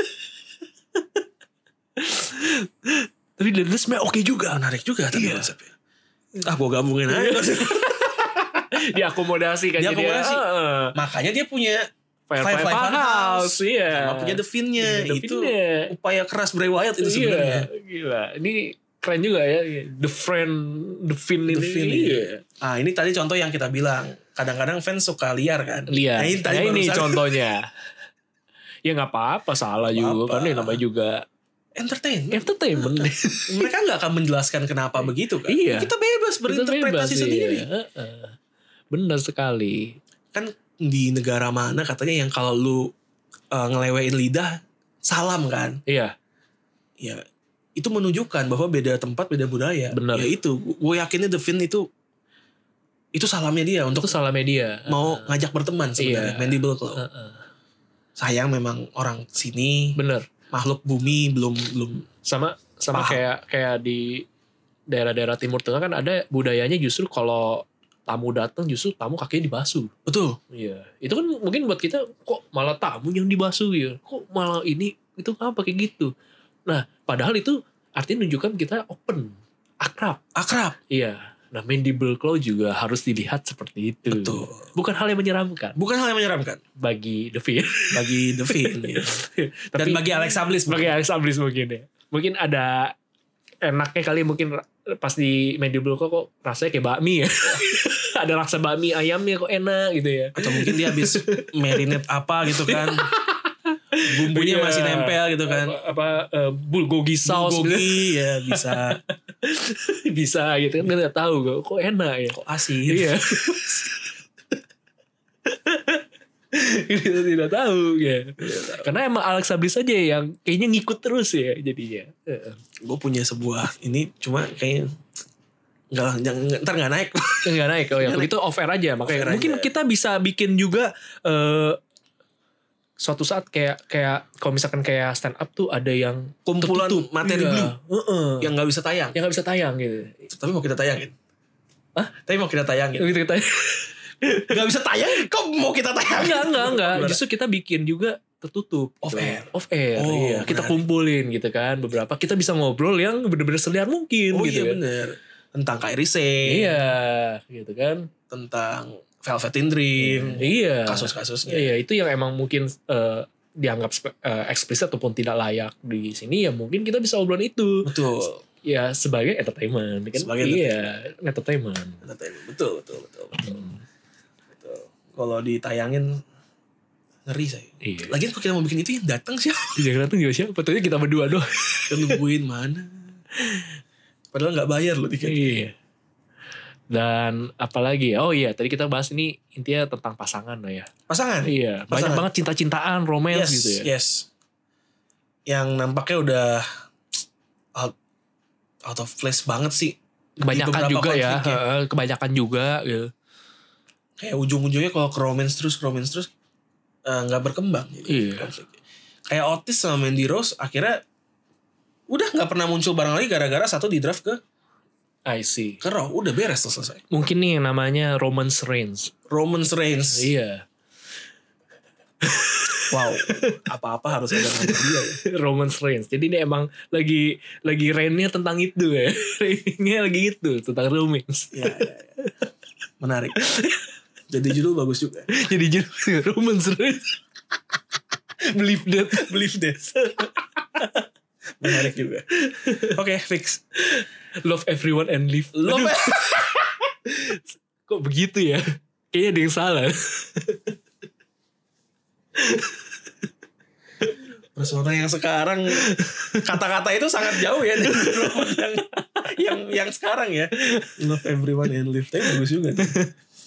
Tapi dia sebenarnya oke juga, menarik juga tadi konsepnya. Gue gabungin aja. Diakomodasi kan. Diakomodasi. Makanya dia punya Firefly Funhouse, iya. Sama punya The Fin-nya. Itu upaya keras Bray Wyatt itu sebenarnya. Gila. Ini keren juga ya. The Fin ini. Iya. Ini tadi contoh yang kita bilang. Kadang-kadang fans suka liar kan. Liar. Ini contohnya. Ya gak apa-apa, salah juga. Karena namanya juga entertainment. Mereka gak akan menjelaskan kenapa begitu kan. Iya. Kita bebas berinterpretasi sendiri. Benar sekali. Kan di negara mana katanya yang kalau lu ngelewein lidah salam kan. Iya. Ya itu menunjukkan bahwa beda tempat beda budaya. Benar. Ya itu gue yakinnya The Fin itu salamnya dia untuk salamnya dia. Mau ngajak berteman sebenarnya. Mandible Claw. Sayang memang orang sini. Bener. Makhluk bumi belum sama kayak di daerah-daerah Timur Tengah kan ada budayanya justru kalau tamu datang justru tamu kakinya dibasuh. Betul. Iya. Itu kan mungkin buat kita kok malah tamu yang dibasuh ya. Kok malah ini itu apa kayak gitu. Nah, padahal itu artinya menunjukkan kita open, akrab. Iya. Nah, Mandible Claw juga harus dilihat seperti itu. Betul. Bukan hal yang menyeramkan. Bagi The Fin. Ya. Dan bagi Alexa Bliss. Mungkin ya. Mungkin ada enaknya kali mungkin pas di Mandible Claw kok rasanya kayak bakmi ya. Ada rasa bakmi ayamnya kok enak gitu ya. Atau mungkin dia habis marinate apa gitu kan. Bumbunya masih nempel gitu kan. Bulgogi sauce gitu. Ya bisa. Bisa gitu kan. Gak tahu kok enak ya. Kok asin. Iya. Kita tidak tahu ya. Karena emang Alexa Bliss aja yang kayaknya ngikut terus ya jadinya. Gue punya sebuah ini cuma kayaknya ntar gak naik. Gak naik. Oh ya begitu off air aja. Makanya mungkin kita bisa bikin juga suatu saat kayak kalau misalkan kayak stand up tuh ada yang kumpulan tertutup. Materi blue yang gak bisa tayang. Yang gak bisa tayang gitu. Tapi mau kita tayangin. Hah? Tapi mau kita tayangin. Gak bisa tayang, kok mau kita tayang? Enggak. Justru kita bikin juga tertutup. Off air. Iya. Kita kumpulin gitu kan. Beberapa kita bisa ngobrol yang bener-bener seliar mungkin. Oh gitu iya kan. bener. Tentang Kairi Sane. Iya. Gitu kan. Tentang Velvet in Dream. Iya. Kasus-kasusnya. Iya. Itu yang emang mungkin dianggap eksplisit ataupun tidak layak di sini. Ya mungkin kita bisa obrol itu. Betul. Ya sebagai entertainment. Kan? Sebagai entertainment. Betul. Kalau ditayangin ngeri saya. Iya. Lagian kalau kita mau bikin itu yang datang siapa? Yang datang juga siapa? Betulnya kita berdua doang. Kita nungguin mana? Padahal nggak bayar loh tiket. Iya. Dan apalagi? Oh iya, tadi kita bahas ini intinya tentang pasangan lah ya. Pasangan? Iya. Banyak banget cinta-cintaan, romance gitu ya. Yes. Yang nampaknya udah out of place banget sih. Kebanyakan juga ya. Kebanyakan juga gitu. Kayak ujung-ujungnya kalau ke romance terus nggak berkembang gitu. Iya. Kayak Otis sama Mandy Rose akhirnya udah nggak pernah muncul bareng lagi gara-gara satu di draft ke I see. ke Raw. Udah beres tuh, selesai. Mungkin nih yang namanya Roman Reigns. Iya. Wow, apa-apa harus ada nama dia ya. Roman Reigns. Jadi ini emang lagi reign-nya tentang itu ya. Reign-nya lagi itu tentang romance. Ya. Menarik. Jadi judul bagus juga. Jadi judul Roman Reigns. Believe that. Menarik juga. Oke, fix. Love everyone and live. Kok begitu ya? Kayaknya ada yang salah. Persona yang sekarang, kata-kata itu sangat jauh ya dari yang sekarang ya. Love everyone and live. Tapi bagus juga tuh.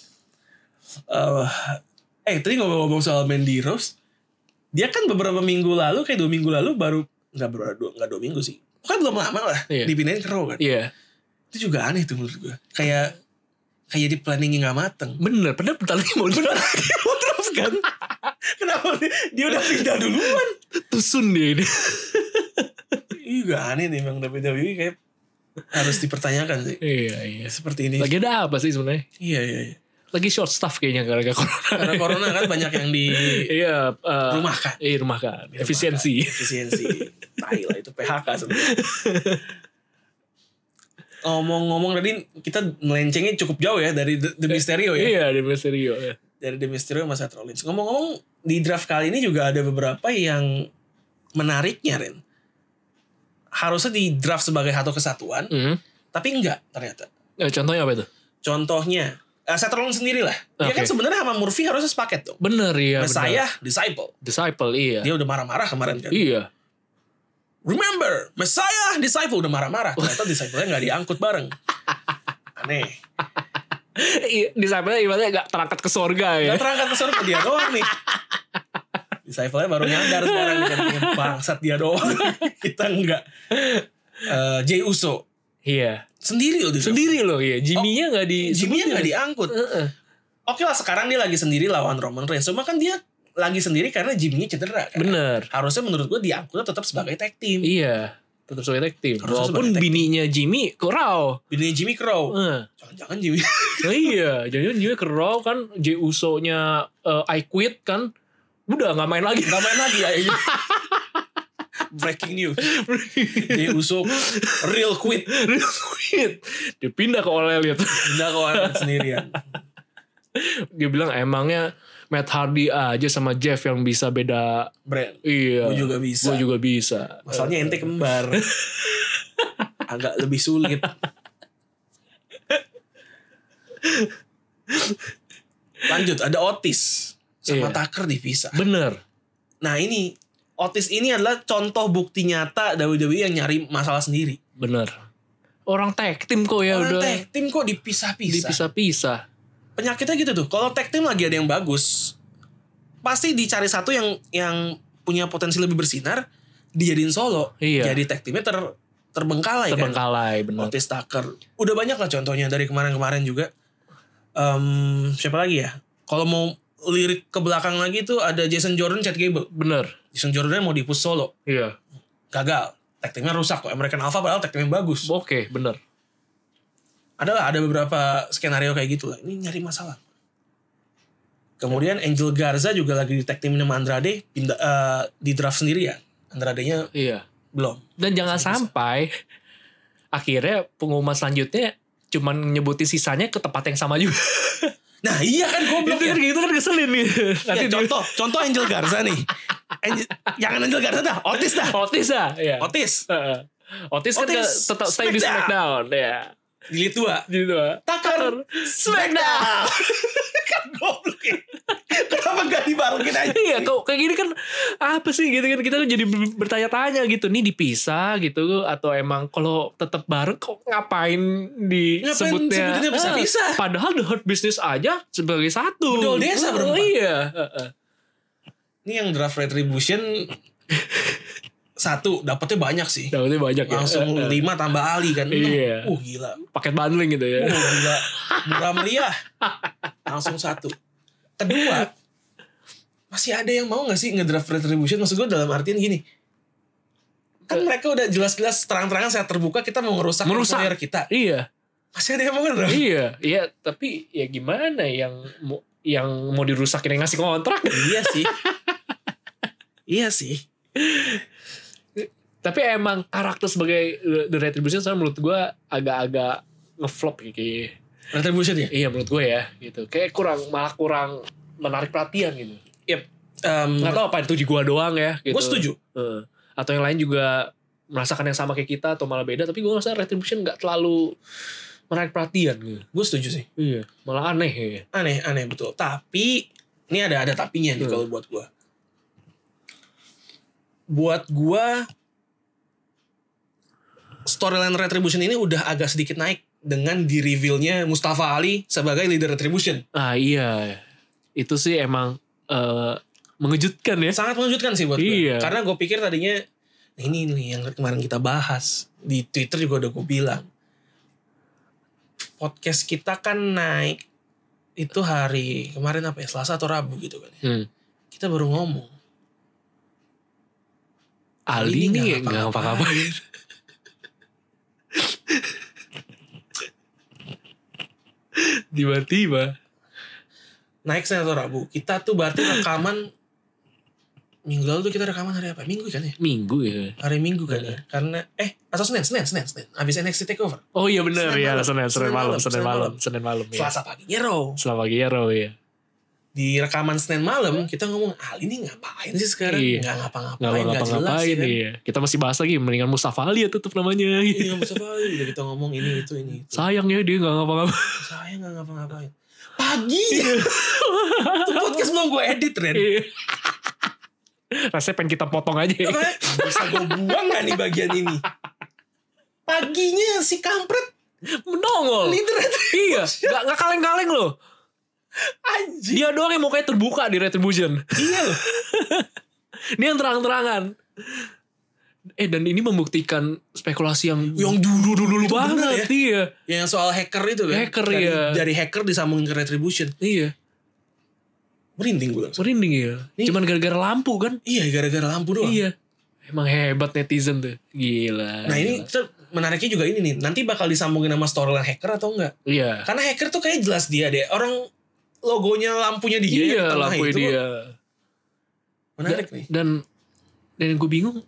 Tadi ngomong-ngomong soal Mandy Rose, dia kan beberapa minggu lalu, kayak 2 minggu lalu baru, nggak 2 minggu sih, kan belum lama lah, dipindahin ke Raw kan. Iya. Itu juga aneh tuh menurut gue. Kayak di planningnya nggak mateng. Bener, padahal bentar lagi mau terus kan. Kenapa dia udah pindah duluan? Tusun dia ini. Iya aneh nih Bang, WWE kayak harus dipertanyakan sih. Iya. Seperti ini. Lagi ada apa sih sebenarnya? Iya. Lagi short staff kayaknya gara-gara corona. Karena corona kan banyak yang di rumahkan. Iya, rumahkan. Efisiensi. Tai lah itu PHK sebenarnya. Ngomong-ngomong tadi kita melencengnya cukup jauh ya dari The Mysterio ya. Iya, The Mysterio. Dari The Mysterio sama Seth Rollins. Ngomong-ngomong di draft kali ini juga ada beberapa yang menariknya Ren. Harusnya di draft sebagai satu kesatuan, tapi enggak ternyata. Contohnya apa itu? Contohnya Seth Rollins sendiri lah. Dia kan sebenarnya sama Murphy harusnya sepaket dong. Bener ya. Messiah, Disciple. Iya. Dia udah marah-marah kemarin kan. Iya. Remember, Messiah, Disciple udah marah-marah. Ternyata Disciple-nya gak diangkut bareng. Aneh. Disciple-nya ibaratnya gak terangkat ke surga ya. Gak terangkat ke surga, dia doang nih. Disciple-nya baru nyadar sekarang. Bangsat dia doang. Kita enggak. Jey Uso. Iya. Sendiri loh. Iya. Jimmy-nya gak diangkut. Oke lah sekarang dia lagi sendiri lawan Roman Reigns. Cuma kan dia lagi sendiri karena Jimmy-nya cedera kan. Bener. Harusnya menurut gue diangkutnya tetap sebagai tag team. Iya. Tetap sebagai tag team. Walaupun bininya Jimmy ke Raw. Jangan-jangan Jimmy. Iya. Jangan Jimmy ke Raw kan. Jey Uso-nya I Quit kan. Udah gak main lagi ya. Breaking news. Jey Uso real quit. Dia pindah ke All Elite. Sendirian. Dia bilang emangnya Matt Hardy aja sama Jeff yang bisa beda brand. Iya. Gue juga bisa. Masalahnya ente kembar. Agak lebih sulit. Lanjut, ada Otis sama Tucker dipisah. Bener. Nah ini Otis ini adalah contoh bukti nyata WWE yang nyari masalah sendiri. Bener. Orang tag team kok ya udah. Tag team kok dipisah-pisah. Penyakitnya gitu tuh. Kalau tag team lagi ada yang bagus, pasti dicari satu yang punya potensi lebih bersinar, dijadiin solo. Iya. Jadi tag teamnya terbengkalai kan. Bener. Otis Tucker. Udah banyak lah contohnya dari kemarin-kemarin juga. Siapa lagi ya? Kalau mau lirik ke belakang lagi tuh ada Jason Jordan, Chad Gable. Bener. Jason Jordan mau di push solo. Iya. Gagal. Tag teamnya rusak kok. American Alpha padahal tag teamnya bagus. Oke, bener. Ada beberapa skenario kayak gitu lah. Ini nyari masalah. Kemudian Angel Garza juga lagi di tag team sama Andrade, di draft sendiri ya. Andrade-nya belum. Dan jangan sampai akhirnya pengumuman selanjutnya cuman nyebutin sisanya ke tempat yang sama juga. Nah iya kan goblok ya. Gitu kan keselin nih. Nanti contoh Angel Garza nih. Jangan Angel Garza dah, Otis dah. Iya. Otis kan tetap stay di SmackDown ya. Jilid 2 Tucker SmackDown. Kan goblok ya. Kenapa gak dibarengin aja? Iya kok kayak gini kan apa sih gitu kan. Kita jadi bertanya-tanya gitu. Nih dipisah gitu. Atau emang kalau tetap bareng kok ngapain disebutnya bisa-bisa. Padahal The Hurt Business aja sebagai satu. Bedol desa berempat. Iya. Ini yang draft retribution 1 dapetnya banyak sih. Langsung 5 tambah Ali kan. Iya. Gila. Paket bundling gitu ya. Gila. Murah meriah. Langsung 1. Kedua, masih ada yang mau gak sih ngedraft retribution? Maksud gue dalam artian gini. Kan mereka udah jelas-jelas terang-terangan saya terbuka kita mau ngerusak player kita. Iya. Masih ada yang mau ngedraft? Iya, tapi ya gimana yang mau dirusakin yang ngasih kontrak? Iya sih. Tapi emang karakter sebagai The Retribution sebenarnya menurut gue agak-agak ngeflop kayak Retribution ya? Iya menurut gue ya gitu. Kayak malah kurang menarik perhatian gitu. Yep. Gak tau apa itu di gue doang ya gitu. Gue setuju. Atau yang lain juga merasakan yang sama kayak kita atau malah beda. Tapi gue ngerasa Retribution gak terlalu menarik perhatian gitu. Gue setuju sih. Iya, malah aneh ya. Aneh betul. Tapi ini ada tapinya nih kalau buat gue. Buat gue storyline Retribution ini udah agak sedikit naik dengan di-reveal-nya Mustafa Ali sebagai leader Retribution. Iya. Itu sih emang mengejutkan ya. Sangat mengejutkan sih buat gue. Karena gue pikir tadinya ini nih yang kemarin kita bahas. Di Twitter juga udah gue bilang. Podcast kita kan naik itu hari kemarin apa ya? Selasa atau Rabu gitu kan. Kita baru ngomong. Ali ini gak ngapa-ngapain. Tiba-tiba naik Senin atau Rabu. Kita tuh berarti rekaman minggu lalu tuh kita rekaman hari apa? Minggu kan ya? Minggu ya. Hari Minggu kan ya? Karena atau Senin. Abis NXT Takeover. Oh iya benar ya, Senin malam. Ya. Selasa paginya Raw. Ya. Di rekaman Senin malam kita ngomong Ali ini ngapain sih sekarang? Nggak ngapa-ngapain, nggak jelas ya kan? Iya. Kita masih bahas lagi mendingan Mustafa Ali ya tutup namanya. Iya Mustafa Ali. Udah kita ngomong ini itu. Sayang ya dia nggak ngapa-ngapain. Sayang nggak ngapa-ngapain. Pagi. Itu podcast belum gue edit Ren. Rasanya pengen kita potong aja ya. Bisa gue buang gak nih bagian ini? Paginya si kampret menongol. Leader Retribution. Iya. Gak kaleng-kaleng loh. Anjir. Dia doang yang mukanya terbuka di Retribution. Iya loh. Ini yang terang-terangan. Dan ini membuktikan spekulasi yang dulu banget ya. Yang soal hacker itu kan. Dari hacker disambungin ke Retribution. Iya. Merinding gue langsung. Merinding ya. Cuman gara-gara lampu kan. Iya gara-gara lampu doang. Iya. Emang hebat netizen tuh. Gila. Nah ini menariknya juga ini nih. Nanti bakal disambungin sama storyline hacker atau enggak? Iya. Karena hacker tuh kayak jelas dia deh. Orang logonya lampunya dia. Iya lampunya itu. dia. Menarik nih. Dan gue bingung.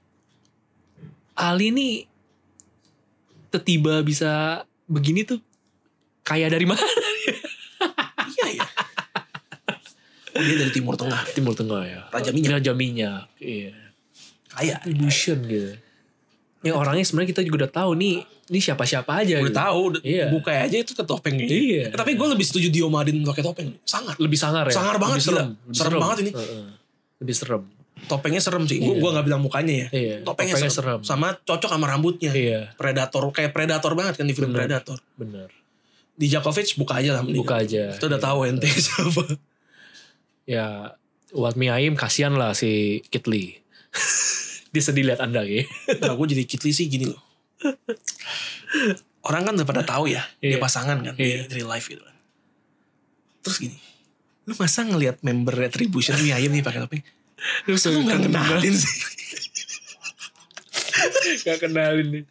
Ali nih tiba bisa begini tuh. Kayak dari mana? Iya. Dia dari Timur Tengah ya. Raja Minyak. Iya. Kayak Retribution gitu. Yang orangnya sebenarnya kita juga udah tahu nih. Ini siapa-siapa aja. Udah gitu. tahu. Iya. Buka aja itu ke topeng gitu. Iya. Tapi gue lebih setuju Dio Madin pakai topeng. Lebih sangar ya. Sangar banget. Serem banget ini. Lebih serem. Topengnya serem sih. Gue gak bilang mukanya ya. Iya. Topengnya serem. Sama cocok sama rambutnya. Iya. Kayak Predator banget kan di film Predator. Bener. Di Djokovic buka aja lah. Buka aja. Kita udah tahu ente siapa. Ya buat Mia Yim kasihan lah si Kit Lee. Dia sedih liat Anda ya. Nah gue jadi Kit Lee sih gini loh. Orang kan udah pada tahu ya. Dia pasangan kan di real life gitu kan. Terus gini. Lu masa ngelihat member Retribution Mia Yim nih pakai topeng? Lu gak kenalin sih. Gak kenalin nih.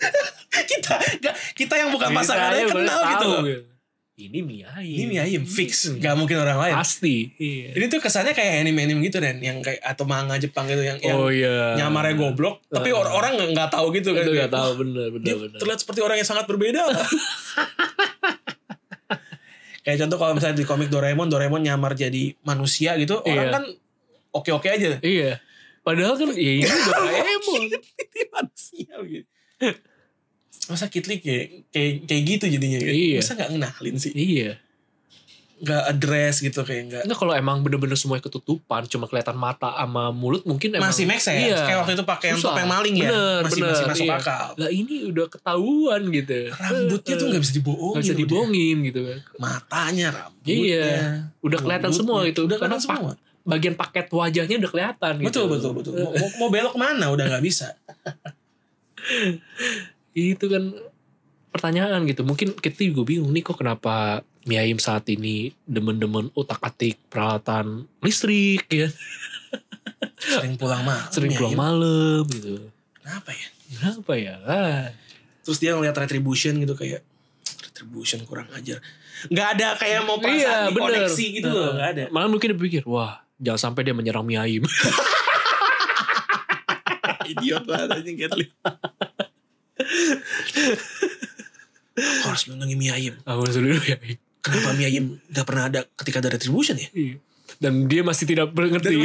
Kita yang bukan pasangannya kenal gitu loh. Ini Mia Yim fix. Gak mungkin orang lain. Pasti. Iya. Ini tuh kesannya kayak anime gitu Dan. Yang kayak atau manga Jepang gitu. Yang nyamarnya goblok. Tapi orang gak tahu gitu kan. Itu gak tahu bener. Dia terlihat seperti orang yang sangat berbeda. Kayak contoh kalau misalnya di komik Doraemon nyamar jadi manusia gitu. Orang kan oke-oke aja. Iya. Padahal kan ya ini Doraemon. Manusia gitu. Masa Kit Lee kayak gitu jadinya. Iya. Masa gak ngenalin sih? Iya. Gak address gitu kayak gak. Enggak kalau emang bener-bener semua ketutupan. Cuma kelihatan mata sama mulut mungkin emang. Masih make sense. Iya. Kayak waktu itu pakai yang topeng maling ya. Masih masuk akal. Lah ini udah ketahuan gitu. Rambutnya tuh gak bisa dibohongin. Gak bisa dibohongin gitu kan. Matanya, rambutnya. Iya. Udah kelihatan semua gitu. Udah karena semua. Bagian paket wajahnya udah kelihatan gitu. Betul. Mau belok mana udah gak bisa. Itu kan pertanyaan gitu. Mungkin kita juga bingung nih kok kenapa Mia Yim saat ini demen-demen otak-atik peralatan listrik ya. Sering pulang malam gitu. Kenapa ya? Terus dia ngeliat Retribution gitu kayak Retribution kurang ajar. Gak ada kayak mau perasaan koneksi gitu loh. Gak ada. Malah mungkin dia pikir wah jangan sampai dia menyerang Mia Yim. Idiot banget aja Kit Lee. Harus melindungi Mia Yim. Kenapa Mia Yim gak pernah ada ketika ada Retribution ya? Iya. Dan dia masih tidak mengerti.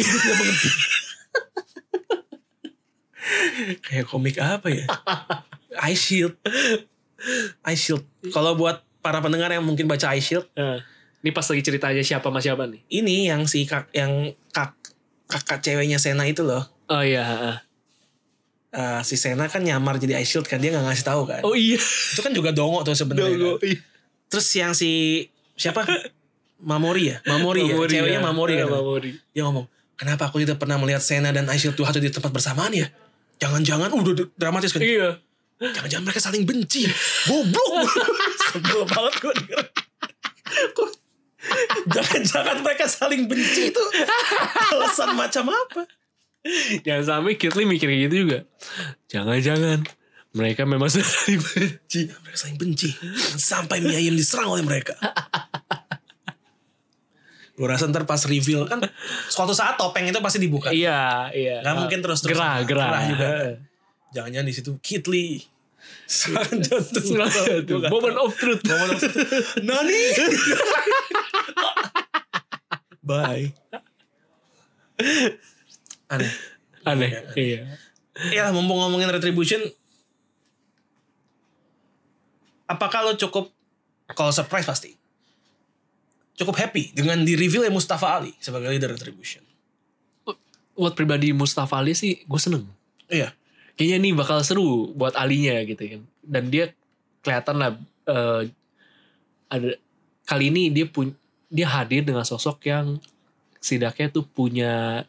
Kayak komik apa ya? Ice Shield. Ice Shield. Kalau buat para pendengar yang mungkin baca Ice Shield, Ini pas lagi ceritanya siapa sama siapa nih? ini yang si kakak ceweknya Sena itu loh. Oh iya. Si Sena kan nyamar jadi Ice Shield kan, dia nggak ngasih tahu kan. Oh iya. Itu kan juga dongo tuh sebenarnya. Dongo, Kan? iya. Terus yang si siapa? Mamori ya, ceweknya Mamori kan. Mamori. Dia ngomong, kenapa aku tidak pernah melihat Sena dan Ice Shield tuh di tempat bersamaan ya? Jangan-jangan udah dramatis kan? Iya. Jangan-jangan mereka saling benci. Goblok. Sebel banget gue denger. Jangan-jangan mereka saling benci itu alasan macam apa? Jangan sampai Kit Lee mikir gitu juga. Jangan-jangan mereka memang saling benci. Mereka saling benci. Sampai mie ayam diserang oleh mereka. Gue rasa ntar pas reveal kan suatu saat topeng itu pasti dibuka. Iya. Gak mungkin terus gerah juga. Jangan-jangan di situ Kit Lee serangan jantung. Moment of truth. Nani. Bye. Aneh. Iya. Ya mumpung ngomongin Retribution, apakah lo cukup, kalau surprise pasti cukup happy dengan di reveal ya Mustafa Ali sebagai leader Retribution? Buat pribadi Mustafa Ali sih gue seneng. Iya. Kayaknya nih bakal seru buat Alinya gitu kan. Dan dia kelihatan lah ada kali ini dia hadir dengan sosok yang setidaknya tuh punya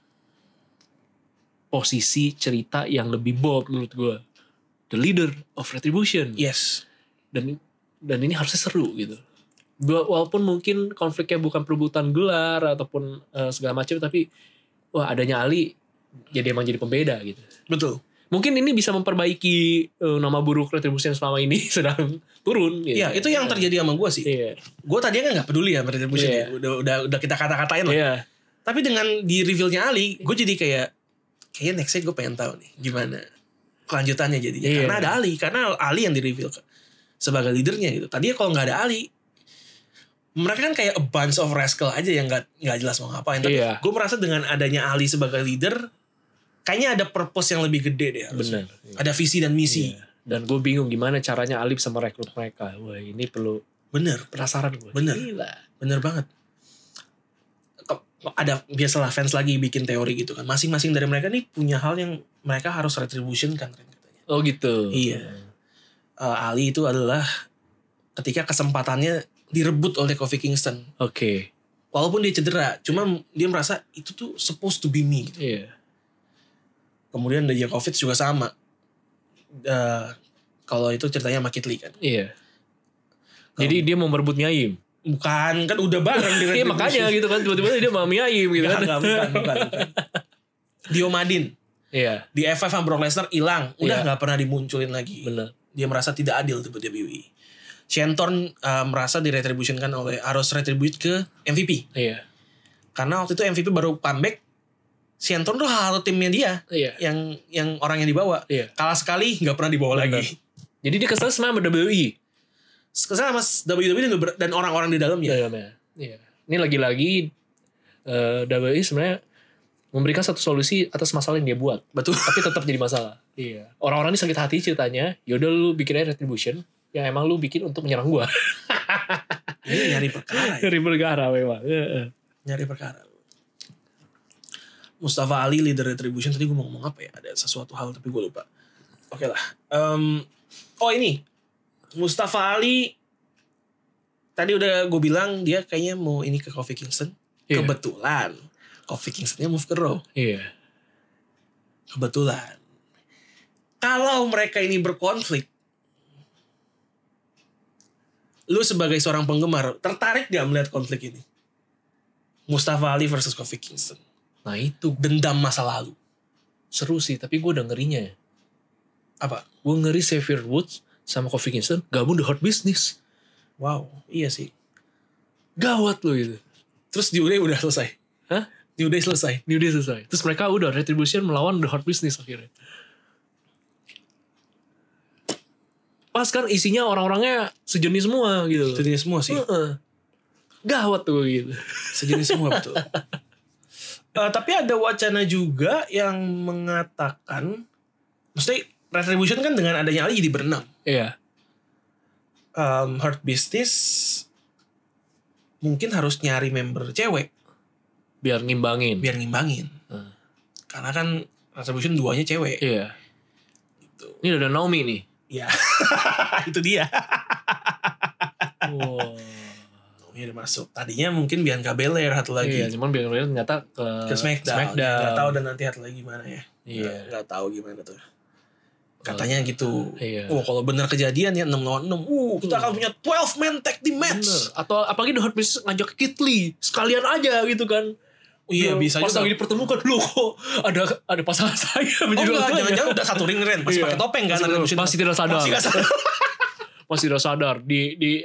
posisi cerita yang lebih bold menurut gue. The leader of Retribution. Yes. Dan ini harusnya seru gitu. Walaupun mungkin konfliknya bukan perebutan gelar ataupun segala macam, tapi wah adanya Ali jadi emang jadi pembeda gitu. Betul. Mungkin ini bisa memperbaiki nama buruk Retribution selama ini sedang turun. Gitu. Iya, itu yang terjadi sama gue sih. Iya. Gue tadinya kan nggak peduli ya Retribution ya. Udah kita kata-katain lah. Iya. Tapi dengan di revealnya Ali, gue jadi kayaknya nextnya gue pengen tahu nih gimana kelanjutannya jadinya. Iya. Karena Ali yang di reveal sebagai leadernya gitu. Tadinya kalau nggak ada Ali, mereka kan kayak a bunch of rascal aja yang nggak jelas mau ngapain. Tapi gue merasa dengan adanya Ali sebagai leader, kayaknya ada purpose yang lebih gede deh. Benar. Ada visi dan misi. Iya. Dan gue bingung gimana caranya Ali bisa merekrut mereka. Wah ini perlu. Bener. Penasaran gue. Bener. Gila. Bener banget. Ada biasalah fans lagi bikin teori gitu kan. Masing-masing dari mereka nih punya hal yang mereka harus retribution kan katanya. Oh gitu. Iya. Ali itu adalah ketika kesempatannya direbut oleh Kofi Kingston. Oke. Walaupun dia cedera, cuma dia merasa itu tuh supposed to be me gitu. Iya. Kemudian Dijakovic juga sama. Kalau itu ceritanya sama Kit Lee kan. Iya. Jadi dia mau merebut Miyayim. Bukan, kan udah bareng dengan Iya makanya gitu kan. Tiba-tiba dia mau Miyayim gitu kan. Bukan. Diomadin. Iya. Di F5 sama Brock Lesnar hilang. Udah Iya. gak pernah dimunculin lagi. Benar. Dia merasa tidak adil di WWE. Shenton merasa diretributionkan oleh harus retribute ke MVP. Iya. Karena waktu itu MVP baru comeback. Shenton tuh halo timnya dia. Iya. Yang orang yang dibawa. Iya. Kalah sekali gak pernah dibawa lagi. Jadi dia kesel sama WWE. Kesana sama WWE dan orang-orang di dalamnya. Iya. Ini lagi-lagi WWE sebenarnya memberikan satu solusi atas masalah yang dia buat. Betul. Tapi tetap jadi masalah. Iya. Orang-orang ini sakit hati ceritanya. Yaudah lu bikin aja Retribution yang emang lu bikin untuk menyerang gua. Ini nyari perkara ya. Nyari perkara memang. Nyari perkara. Mustafa Ali leader Retribution, tadi gue mau ngomong apa ya? Ada sesuatu hal tapi gue lupa. Oke lah. Ini Mustafa Ali tadi udah gue bilang dia kayaknya mau ini ke Kofi Kingston. Iya. Kebetulan Kofi Kingstonnya move ke Raw. Iya. Kebetulan. Kalau mereka ini berkonflik, lu sebagai seorang penggemar tertarik gak melihat konflik ini? Mustafa Ali versus Kofi Kingston. Nah itu Dendam masa lalu. seru sih. Tapi gue udah ngerinya. Apa? Gue ngeri Xavier Woods sama Kofi Kingston gabung The Hurt Business. Wow, iya sih. Gawat loh itu. Terus di udah selesai. Hah? New Day selesai. New Day selesai. Terus mereka udah Retribution melawan The Hurt Business akhirnya. Pas kan isinya orang-orangnya sejenis semua gitu. Sejenis semua sih. Gawat tuh gitu. Sejenis semua betul. Tapi ada wacana juga yang mengatakan, maksudnya Retribution kan dengan adanya Ali jadi berenam. Iya. Hurt Business mungkin harus nyari member cewek biar ngimbangin. Karena kan Retribution 2-nya cewek. Iya. Gitu. Ini ada Naomi nih. Iya. Itu dia. Wow. Ini udah masuk. Tadinya mungkin Bianca Belair satu lagi. Iya, cuman Bianca Belair ternyata ke SmackDown. Gak tahu dan nanti satu lagi gimana ya. Iya. Gak tahu gimana tuh. Katanya gitu. Iya. Kalau benar kejadian ya 6 lawan 6. Kita akan punya 12 man tag team match. Bener. Atau apalagi The Hurt Business ngajak Keith Lee sekalian aja gitu kan. Iya, bisa pas juga. lagi dipertemukan loh kok ada pasangan saya menjadi enggak, jangan-jangan udah satu ring Ren. Masih pakai topeng kan. Masih tidak sadar. Masih tidak sadar. Di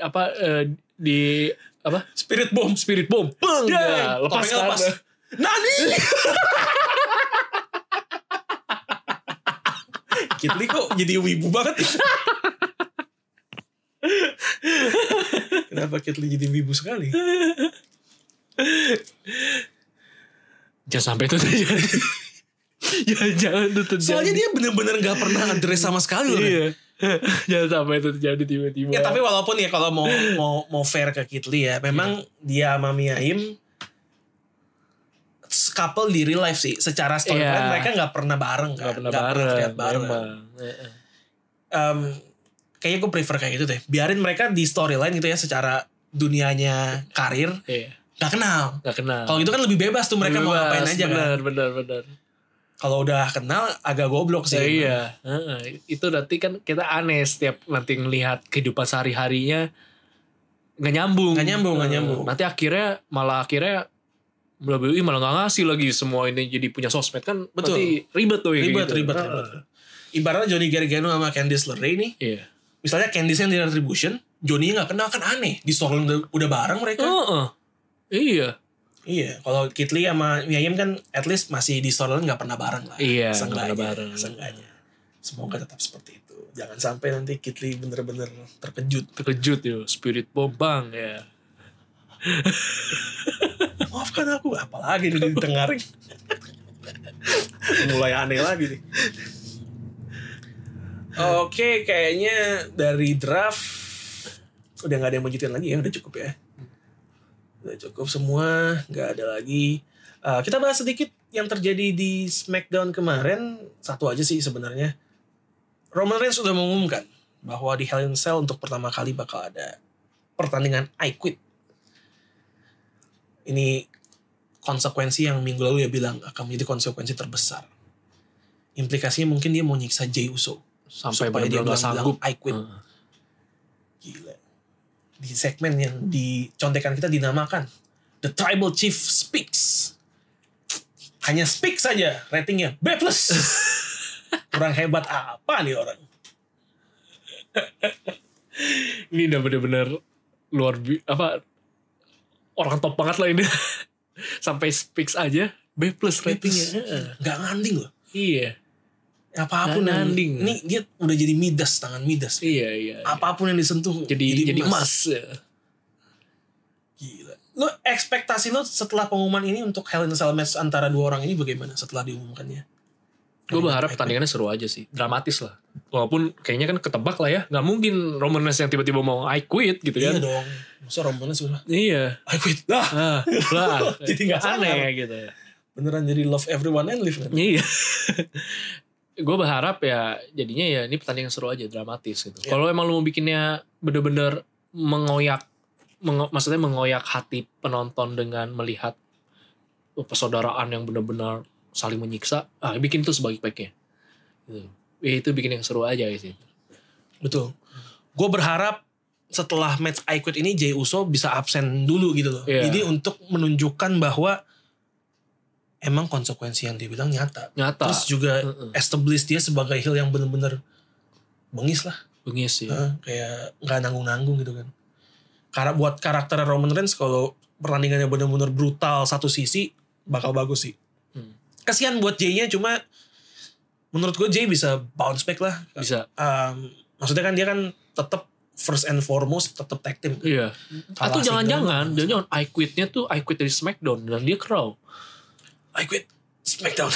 apa? Spirit bomb. Bang. Ya, lepas. Nani. Keith Lee kok jadi wibu banget. Kenapa Keith Lee jadi wibu sekali? Jangan sampai itu terjadi. Jangan itu terjadi. Soalnya dia benar-benar gak pernah address sama sekali loh. Iya. Jangan sampai itu terjadi tiba-tiba. Ya tapi walaupun ya kalau mau fair ke Keith Lee ya, memang dia sama Mia Yim couple di real life sih. Secara storyline mereka gak pernah bareng kan. Gak pernah terlihat bareng. Kayaknya gue prefer kayak gitu deh. Biarin mereka di storyline gitu ya, secara dunianya karir. Iya. Gak kenal. Kalau gitu kan lebih bebas tuh mereka mau ngapain aja kan. Benar. Kalau udah kenal agak goblok sih. Iya. Itu nanti kan kita aneh setiap nanti ngelihat kehidupan sehari-harinya nggak nyambung. Nanti akhirnya WWE malah nggak ngasih lagi semua ini jadi punya sosmed kan. Betul. Nanti ribet tuh. Ribet. Ibaratnya Johnny Gargano sama Candice LeRae nih. Iya. Misalnya Candice yang di Retribution, Johnny nggak kenal kan aneh. Di storyline udah bareng mereka. Iya. Kalau Keith Lee sama Mia Yim kan at least masih di storyline nggak pernah bareng lah. Iya. Seenggaknya. Semoga tetap seperti itu. Jangan sampai nanti Keith Lee bener-bener terkejut ya. Spirit bomb bang ya. Maafkan aku, apalagi nih di tengah ring. Mulai aneh lagi nih. Oke, kayaknya dari draft udah gak ada yang lanjutin lagi ya, udah cukup ya. Udah cukup semua, gak ada lagi. Kita bahas sedikit yang terjadi di SmackDown kemarin. Satu aja sih sebenarnya. Roman Reigns sudah mengumumkan bahwa di Hell in a Cell untuk pertama kali bakal ada pertandingan I Quit. Ini konsekuensi yang minggu lalu dia bilang akan menjadi konsekuensi terbesar. Implikasinya mungkin dia mau nyiksa Jey Uso. Sampai dia benar-benar sanggup. I Quit. Gila. Di segmen yang di contekan kita dinamakan The Tribal Chief Speaks. Hanya speak saja ratingnya B+. Kurang hebat apa nih orang. Ini udah benar-benar orang top banget lah ini. Sampai speaks aja B+ ratingnya. Gak nganding loh. Iya. Apapun yang ini dia udah jadi Midas, tangan Midas. Iya. Apapun yang disentuh jadi emas. Gila. Lo ekspektasi lo setelah pengumuman ini untuk Hell in a Cell match antara dua orang ini bagaimana setelah diumumkannya? Gue berharap pertandingannya seru aja sih, dramatis lah. Walaupun kayaknya kan ketebak lah ya, nggak mungkin Roman Reigns yang tiba-tiba mau I Quit gitu kan? Iya dong, masa Roman Reigns udah I Quit lah, jadi nggak aneh gitu ya. Beneran jadi love everyone and live kan? Iya. Gue berharap ya jadinya ya ini pertandingan seru aja, dramatis gitu. Yeah. Kalau emang lu mau bikinnya bener-bener maksudnya mengoyak hati penonton dengan melihat persaudaraan yang benar-benar saling menyiksa, bikin itu sebaik-baiknya. Gitu. Itu bikin yang seru aja sih. Betul. Gue berharap setelah match I Quit ini Jey Uso bisa absen dulu gitu loh. Yeah. Jadi untuk menunjukkan bahwa emang konsekuensi yang dia bilang nyata. Terus juga establish dia sebagai heel yang benar-benar bengis lah. Bengis ya. Kayak gak nanggung-nanggung gitu kan. Karena buat karakter Roman Reigns kalau pertandingannya benar-benar brutal satu sisi bakal bagus sih. Kasihan buat Jay-nya, cuma menurut gue Jay bisa bounce back lah. Bisa. Maksudnya kan dia kan tetap first and foremost tetap tag team. Iya. Atau jangan-jangan I Quit-nya tuh I Quit dari SmackDown dan dia Crow. I Quit SmackDown.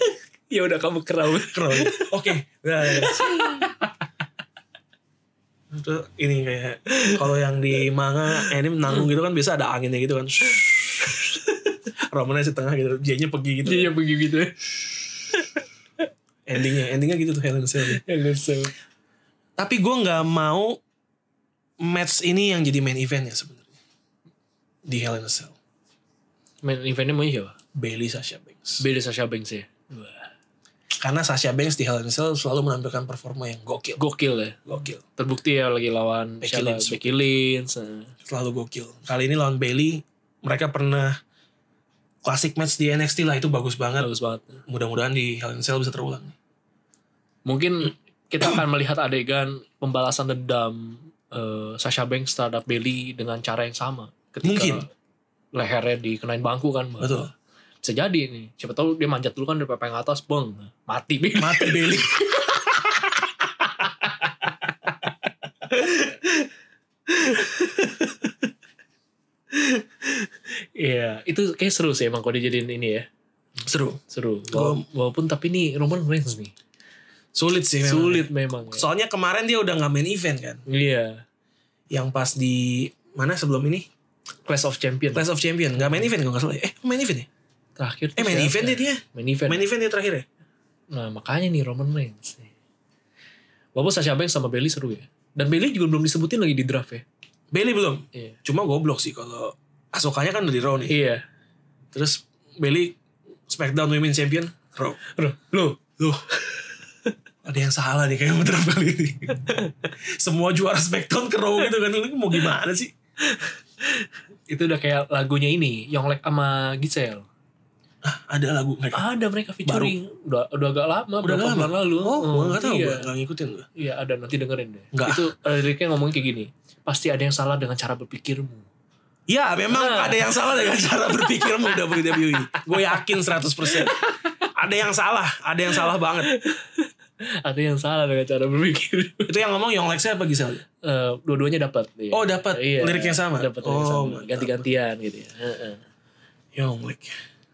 Ya udah kamu Crow. Oke. Itu ini kayak kalau yang di manga anime nanggung gitu kan biasa ada anginnya gitu kan. Romannya di tengah gitu, J-nya pergi gitu. J-nya pergi gitu. Endingnya gitu tuh Hell in a Cell. Tapi gue nggak mau match ini yang jadi main eventnya sebenarnya di Hell in a Cell. Main eventnya mau siapa? Bayley Sasha Banks. Bayley Sasha Banks ya. Karena Sasha Banks di Hell in a Cell selalu menampilkan performa yang gokil. Gokil ya. Gokil. Terbukti ya lagi lawan Becky Lynch. Selalu gokil. Kali ini lawan Bayley, mereka pernah classic match di NXT lah, itu bagus banget. Bagus banget. Mudah-mudahan di Hell in a Cell bisa terulang. Mungkin kita akan melihat adegan pembalasan dendam Sasha Banks terhadap Bayley dengan cara yang sama. Ketika Mungkin. Lehernya dikenain bangku kan. Betul. Bisa jadi nih. Siapa tahu dia manjat dulu kan dari papan atas, bang. Mati Bayley. Mati Bayley. Iya, itu kayak seru sih emang kalau dijadiin ini ya. Seru. Walaupun tapi ini Roman Reigns nih. Sulit sih memang. Sulit memang. Ya. Soalnya kemarin dia udah gak main event kan. Iya. Yang pas di mana sebelum ini? Clash of Champion. Clash of Champion. Gak main event kalau gak salah. Main event ya? Terakhir. Main event dia. Main event. Main event dia terakhir ya? Nah makanya nih Roman Reigns. Walaupun Sasha Banks sama Bayley seru ya. Dan Bayley juga belum disebutin lagi di draft ya. Bayley belum. Iya. Cuma goblok sih kalau Asokanya kan udah di Raw nih. Iya. Terus Bayley SmackDown Women's Champion Raw. Loh. Ada yang salah nih kayak draft kali ini. Semua juara SmackDown ke Raw gitu kan. Lu mau gimana sih? Itu udah kayak lagunya ini, Yonglek sama Giselle. Ada lagu mereka. Ada mereka featuring. Udah agak lama. Udah berapa bulan lalu. Gue gak tau. Iya. Gue gak ngikutin gue. Iya ada, nanti dengerin deh. Enggak. Itu liriknya ngomong kayak gini. Pasti ada yang salah dengan cara berpikirmu. Ya memang ada yang salah dengan cara berpikirmu WWE. Gue yakin 100%. Ada yang salah banget. Ada yang salah dengan cara berpikir. Itu yang ngomong Young Lex apa Giselle? Dua-duanya dapat. Iya. Oh dapat lirik yang sama. Dapat lirik yang sama. Ganti-gantian gitu ya. Young Lex.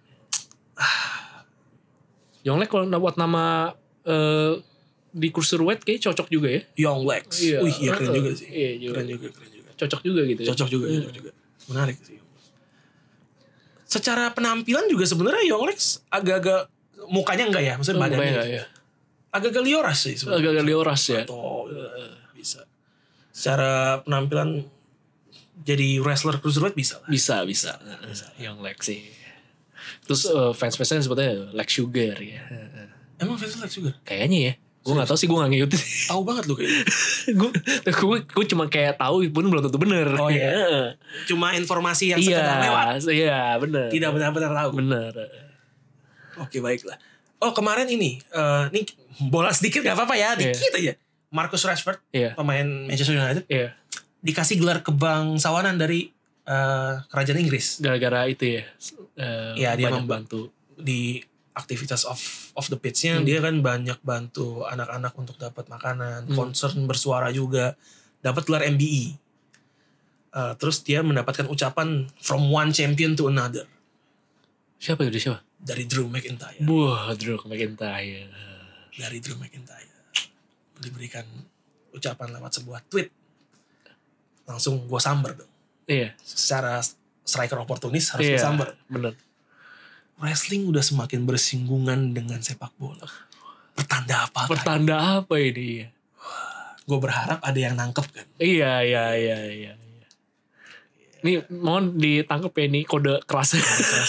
Yonglek kalau buat nama di Cruiserweight kayak cocok juga ya. Young Lex. Iya. Wih iya keren juga sih. Iya, Keren juga. Cocok juga gitu. Cocok juga. Menarik sih. Secara penampilan juga sebenarnya Young Lex agak-agak mukanya enggak ya, maksudnya badannya. Enggak, ya. Agak-agak lioras sih sebenarnya. Agak lioras ya. Bisa. Secara penampilan jadi wrestler cruiserweight bisa lah. Bisa. Yonglek sih. Terus fans-fansnya sebetulnya Lex Sugar ya. Emang fans Lex juga? Kayaknya ya. Gue gak tahu sih, gue gak ngikutin. Tahu banget lu kayaknya. gue cuma kayak tahu pun belum tentu bener. Oh iya. Cuma informasi yang sekedar lewat. Iya bener. Tidak benar-benar tahu. Bener. Oke baiklah. Oh kemarin ini bola sedikit gak apa-apa ya, dikit aja. Marcus Rashford, pemain Manchester United, dikasih gelar kebangsawanan dari kerajaan Inggris. Gara-gara itu ya. Iya dia membantu di aktivitas off the pitch-nya. Dia kan banyak bantu anak-anak untuk dapat makanan, concern bersuara juga, dapat gelar MBE. Terus dia mendapatkan ucapan from one champion to another. Siapa itu siapa? Dari Drew McIntyre. Wah, Drew McIntyre. Dari Drew McIntyre. Diberikan ucapan lewat sebuah tweet. Langsung gue samber dong. Iya. Secara striker oportunis harus disamber. Bener. Wrestling udah semakin bersinggungan dengan sepak bola. Pertanda apa? Pertanda apa ini? Gue berharap ada yang nangkep kan. Iya. Ini mohon ditangkep ya, ini kode kerasnya.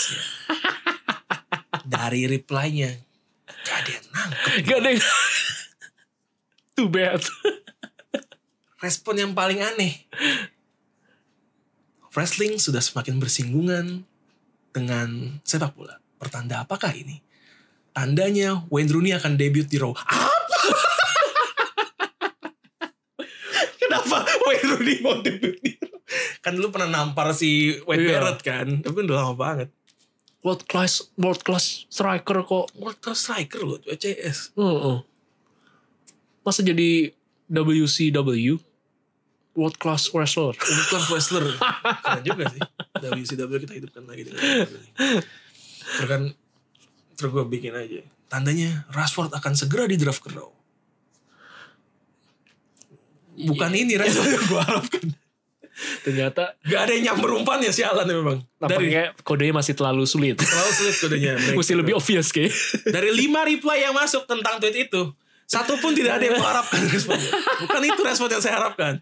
Dari reply-nya gak ada yang nangkep. Gak ada yang too bad. Respon yang paling aneh. Wrestling sudah semakin bersinggungan dengan sepak bola. Pertanda apakah ini? Tandanya Wayne Rooney akan debut di Raw. Apa? Kenapa Wayne Rooney mau debut di Raw? Kan dulu pernah nampar si Wade Barrett kan. Tapi udah lama banget. World class striker kok. World class striker loh, WCS. Masa jadi WCW? World class wrestler. World class wrestler. Keren juga sih. WCW kita hidupkan lagi dengan Terus gue bikin aja. Tandanya Rashford akan segera di draft ke Raw. Bukan ini respon yang gue harapkan. Ternyata Gak ada yang nyamber umpan ya sialan memang. nampaknya kodenya masih terlalu sulit. Terlalu sulit kodenya. Mesti lebih obvious kayak. Dari 5 reply yang masuk tentang tweet itu, satu pun tidak ada yang mengharapkan responnya. Bukan itu respon yang saya harapkan.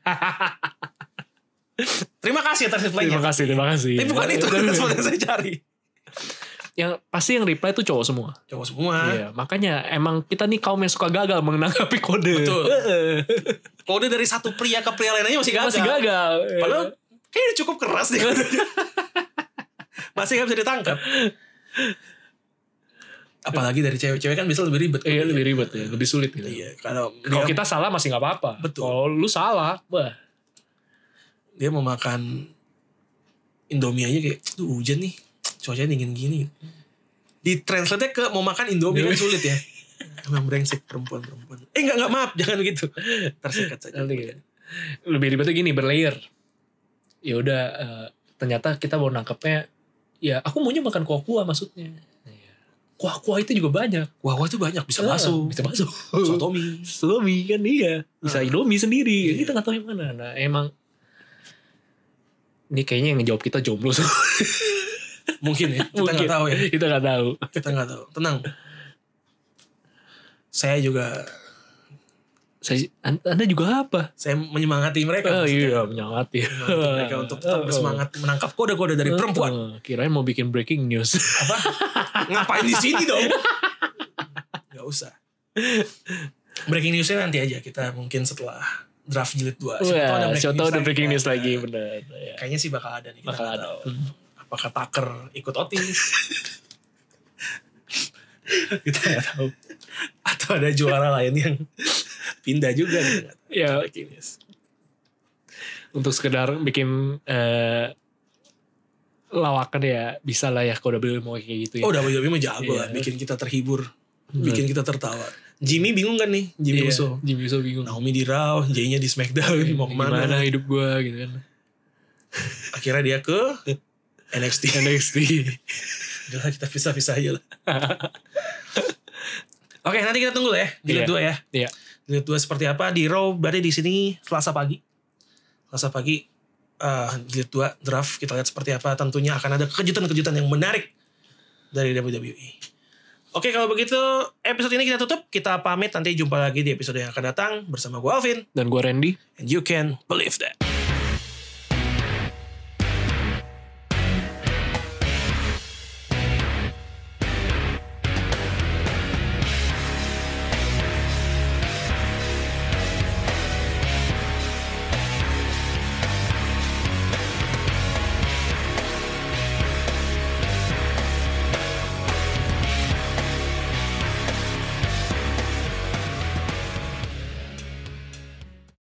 Terima kasih atas reply-nya. Terima kasih. Tapi bukan itu respon yang saya cari. Yang pasti yang reply itu cowok semua. Cowok semua. Iya, makanya emang kita nih kaum yang suka gagal menanggapi kode. Betul. Kode dari satu pria ke pria lainnya masih gagal. Masih gagal. Padahal kayaknya cukup keras nih. Masih gak bisa ditangkap. Apalagi dari cewek-cewek kan bisa lebih ribet. Iya, lebih ribet ya, lebih sulit gitu. Iya, kalau kita salah masih nggak apa-apa. Betul. Kalau lu salah, wah. Dia mau makan Indomie aja kayak, tuh hujan nih, cuacanya dingin gini. Di translate-nya ke mau makan Indomie kan sulit ya. Emang brengsek perempuan-perempuan. Enggak maaf, jangan gitu. Tersikat saja. Nanti lebih ribetnya gini, berlayer. Ya udah, ternyata kita mau nangkepnya, ya aku maunya makan kuah-kuah maksudnya. Kuah-kuah itu juga banyak. Kuah-kuah itu banyak, bisa masuk. Bisa masuk. Sotomi kan iya. Bisa Indomie sendiri. Kita gak tahu yang mana. Nah emang ini kayaknya yang ngejawab kita jomblo. Mungkin ya. Kita gak tahu ya. Kita gak tahu. Kita gak tahu. Tenang. Saya juga. Anda juga apa? Saya menyemangati mereka. Oh iya, menyemangati. Mereka untuk tetap bersemangat menangkap kode-kode dari perempuan. Kirain mau bikin breaking news. Apa? Ngapain di sini dong? Gak usah. Breaking newsnya nanti aja. Kita mungkin setelah draft jilid 2. Siapa tahu ada breaking news lagi. Bener. Kayaknya sih bakal ada nih. Bakal ada. Apakah Tucker ikut Otis? Kita gak tahu. Atau ada juara lain yang pindah juga nih. Ya, untuk sekedar bikin lawakan ya bisa lah ya kalau WWE mau kayak gitu ya. Oh WWE mah jago lah. Bikin kita terhibur. Bikin kita tertawa. Jimmy bingung kan nih. Jimmy Uso bingung. Naomi di Raw. Jay-nya di SmackDown. Mau kemana? Gimana hidup gue gitu kan. Akhirnya dia ke NXT. Udah kita pisah-pisah aja lah. Oke, nanti kita tunggu lah ya. Jilid 2 ya. Iya. Jilid 2 seperti apa. Di Raw berarti di sini Selasa pagi. Jilid 2 draft. Kita lihat seperti apa. Tentunya akan ada kejutan-kejutan yang menarik dari WWE. Oke, kalau begitu episode ini kita tutup. Kita pamit. Nanti jumpa lagi di episode yang akan datang. Bersama gue Alvin. Dan gue Randy. And you can believe that.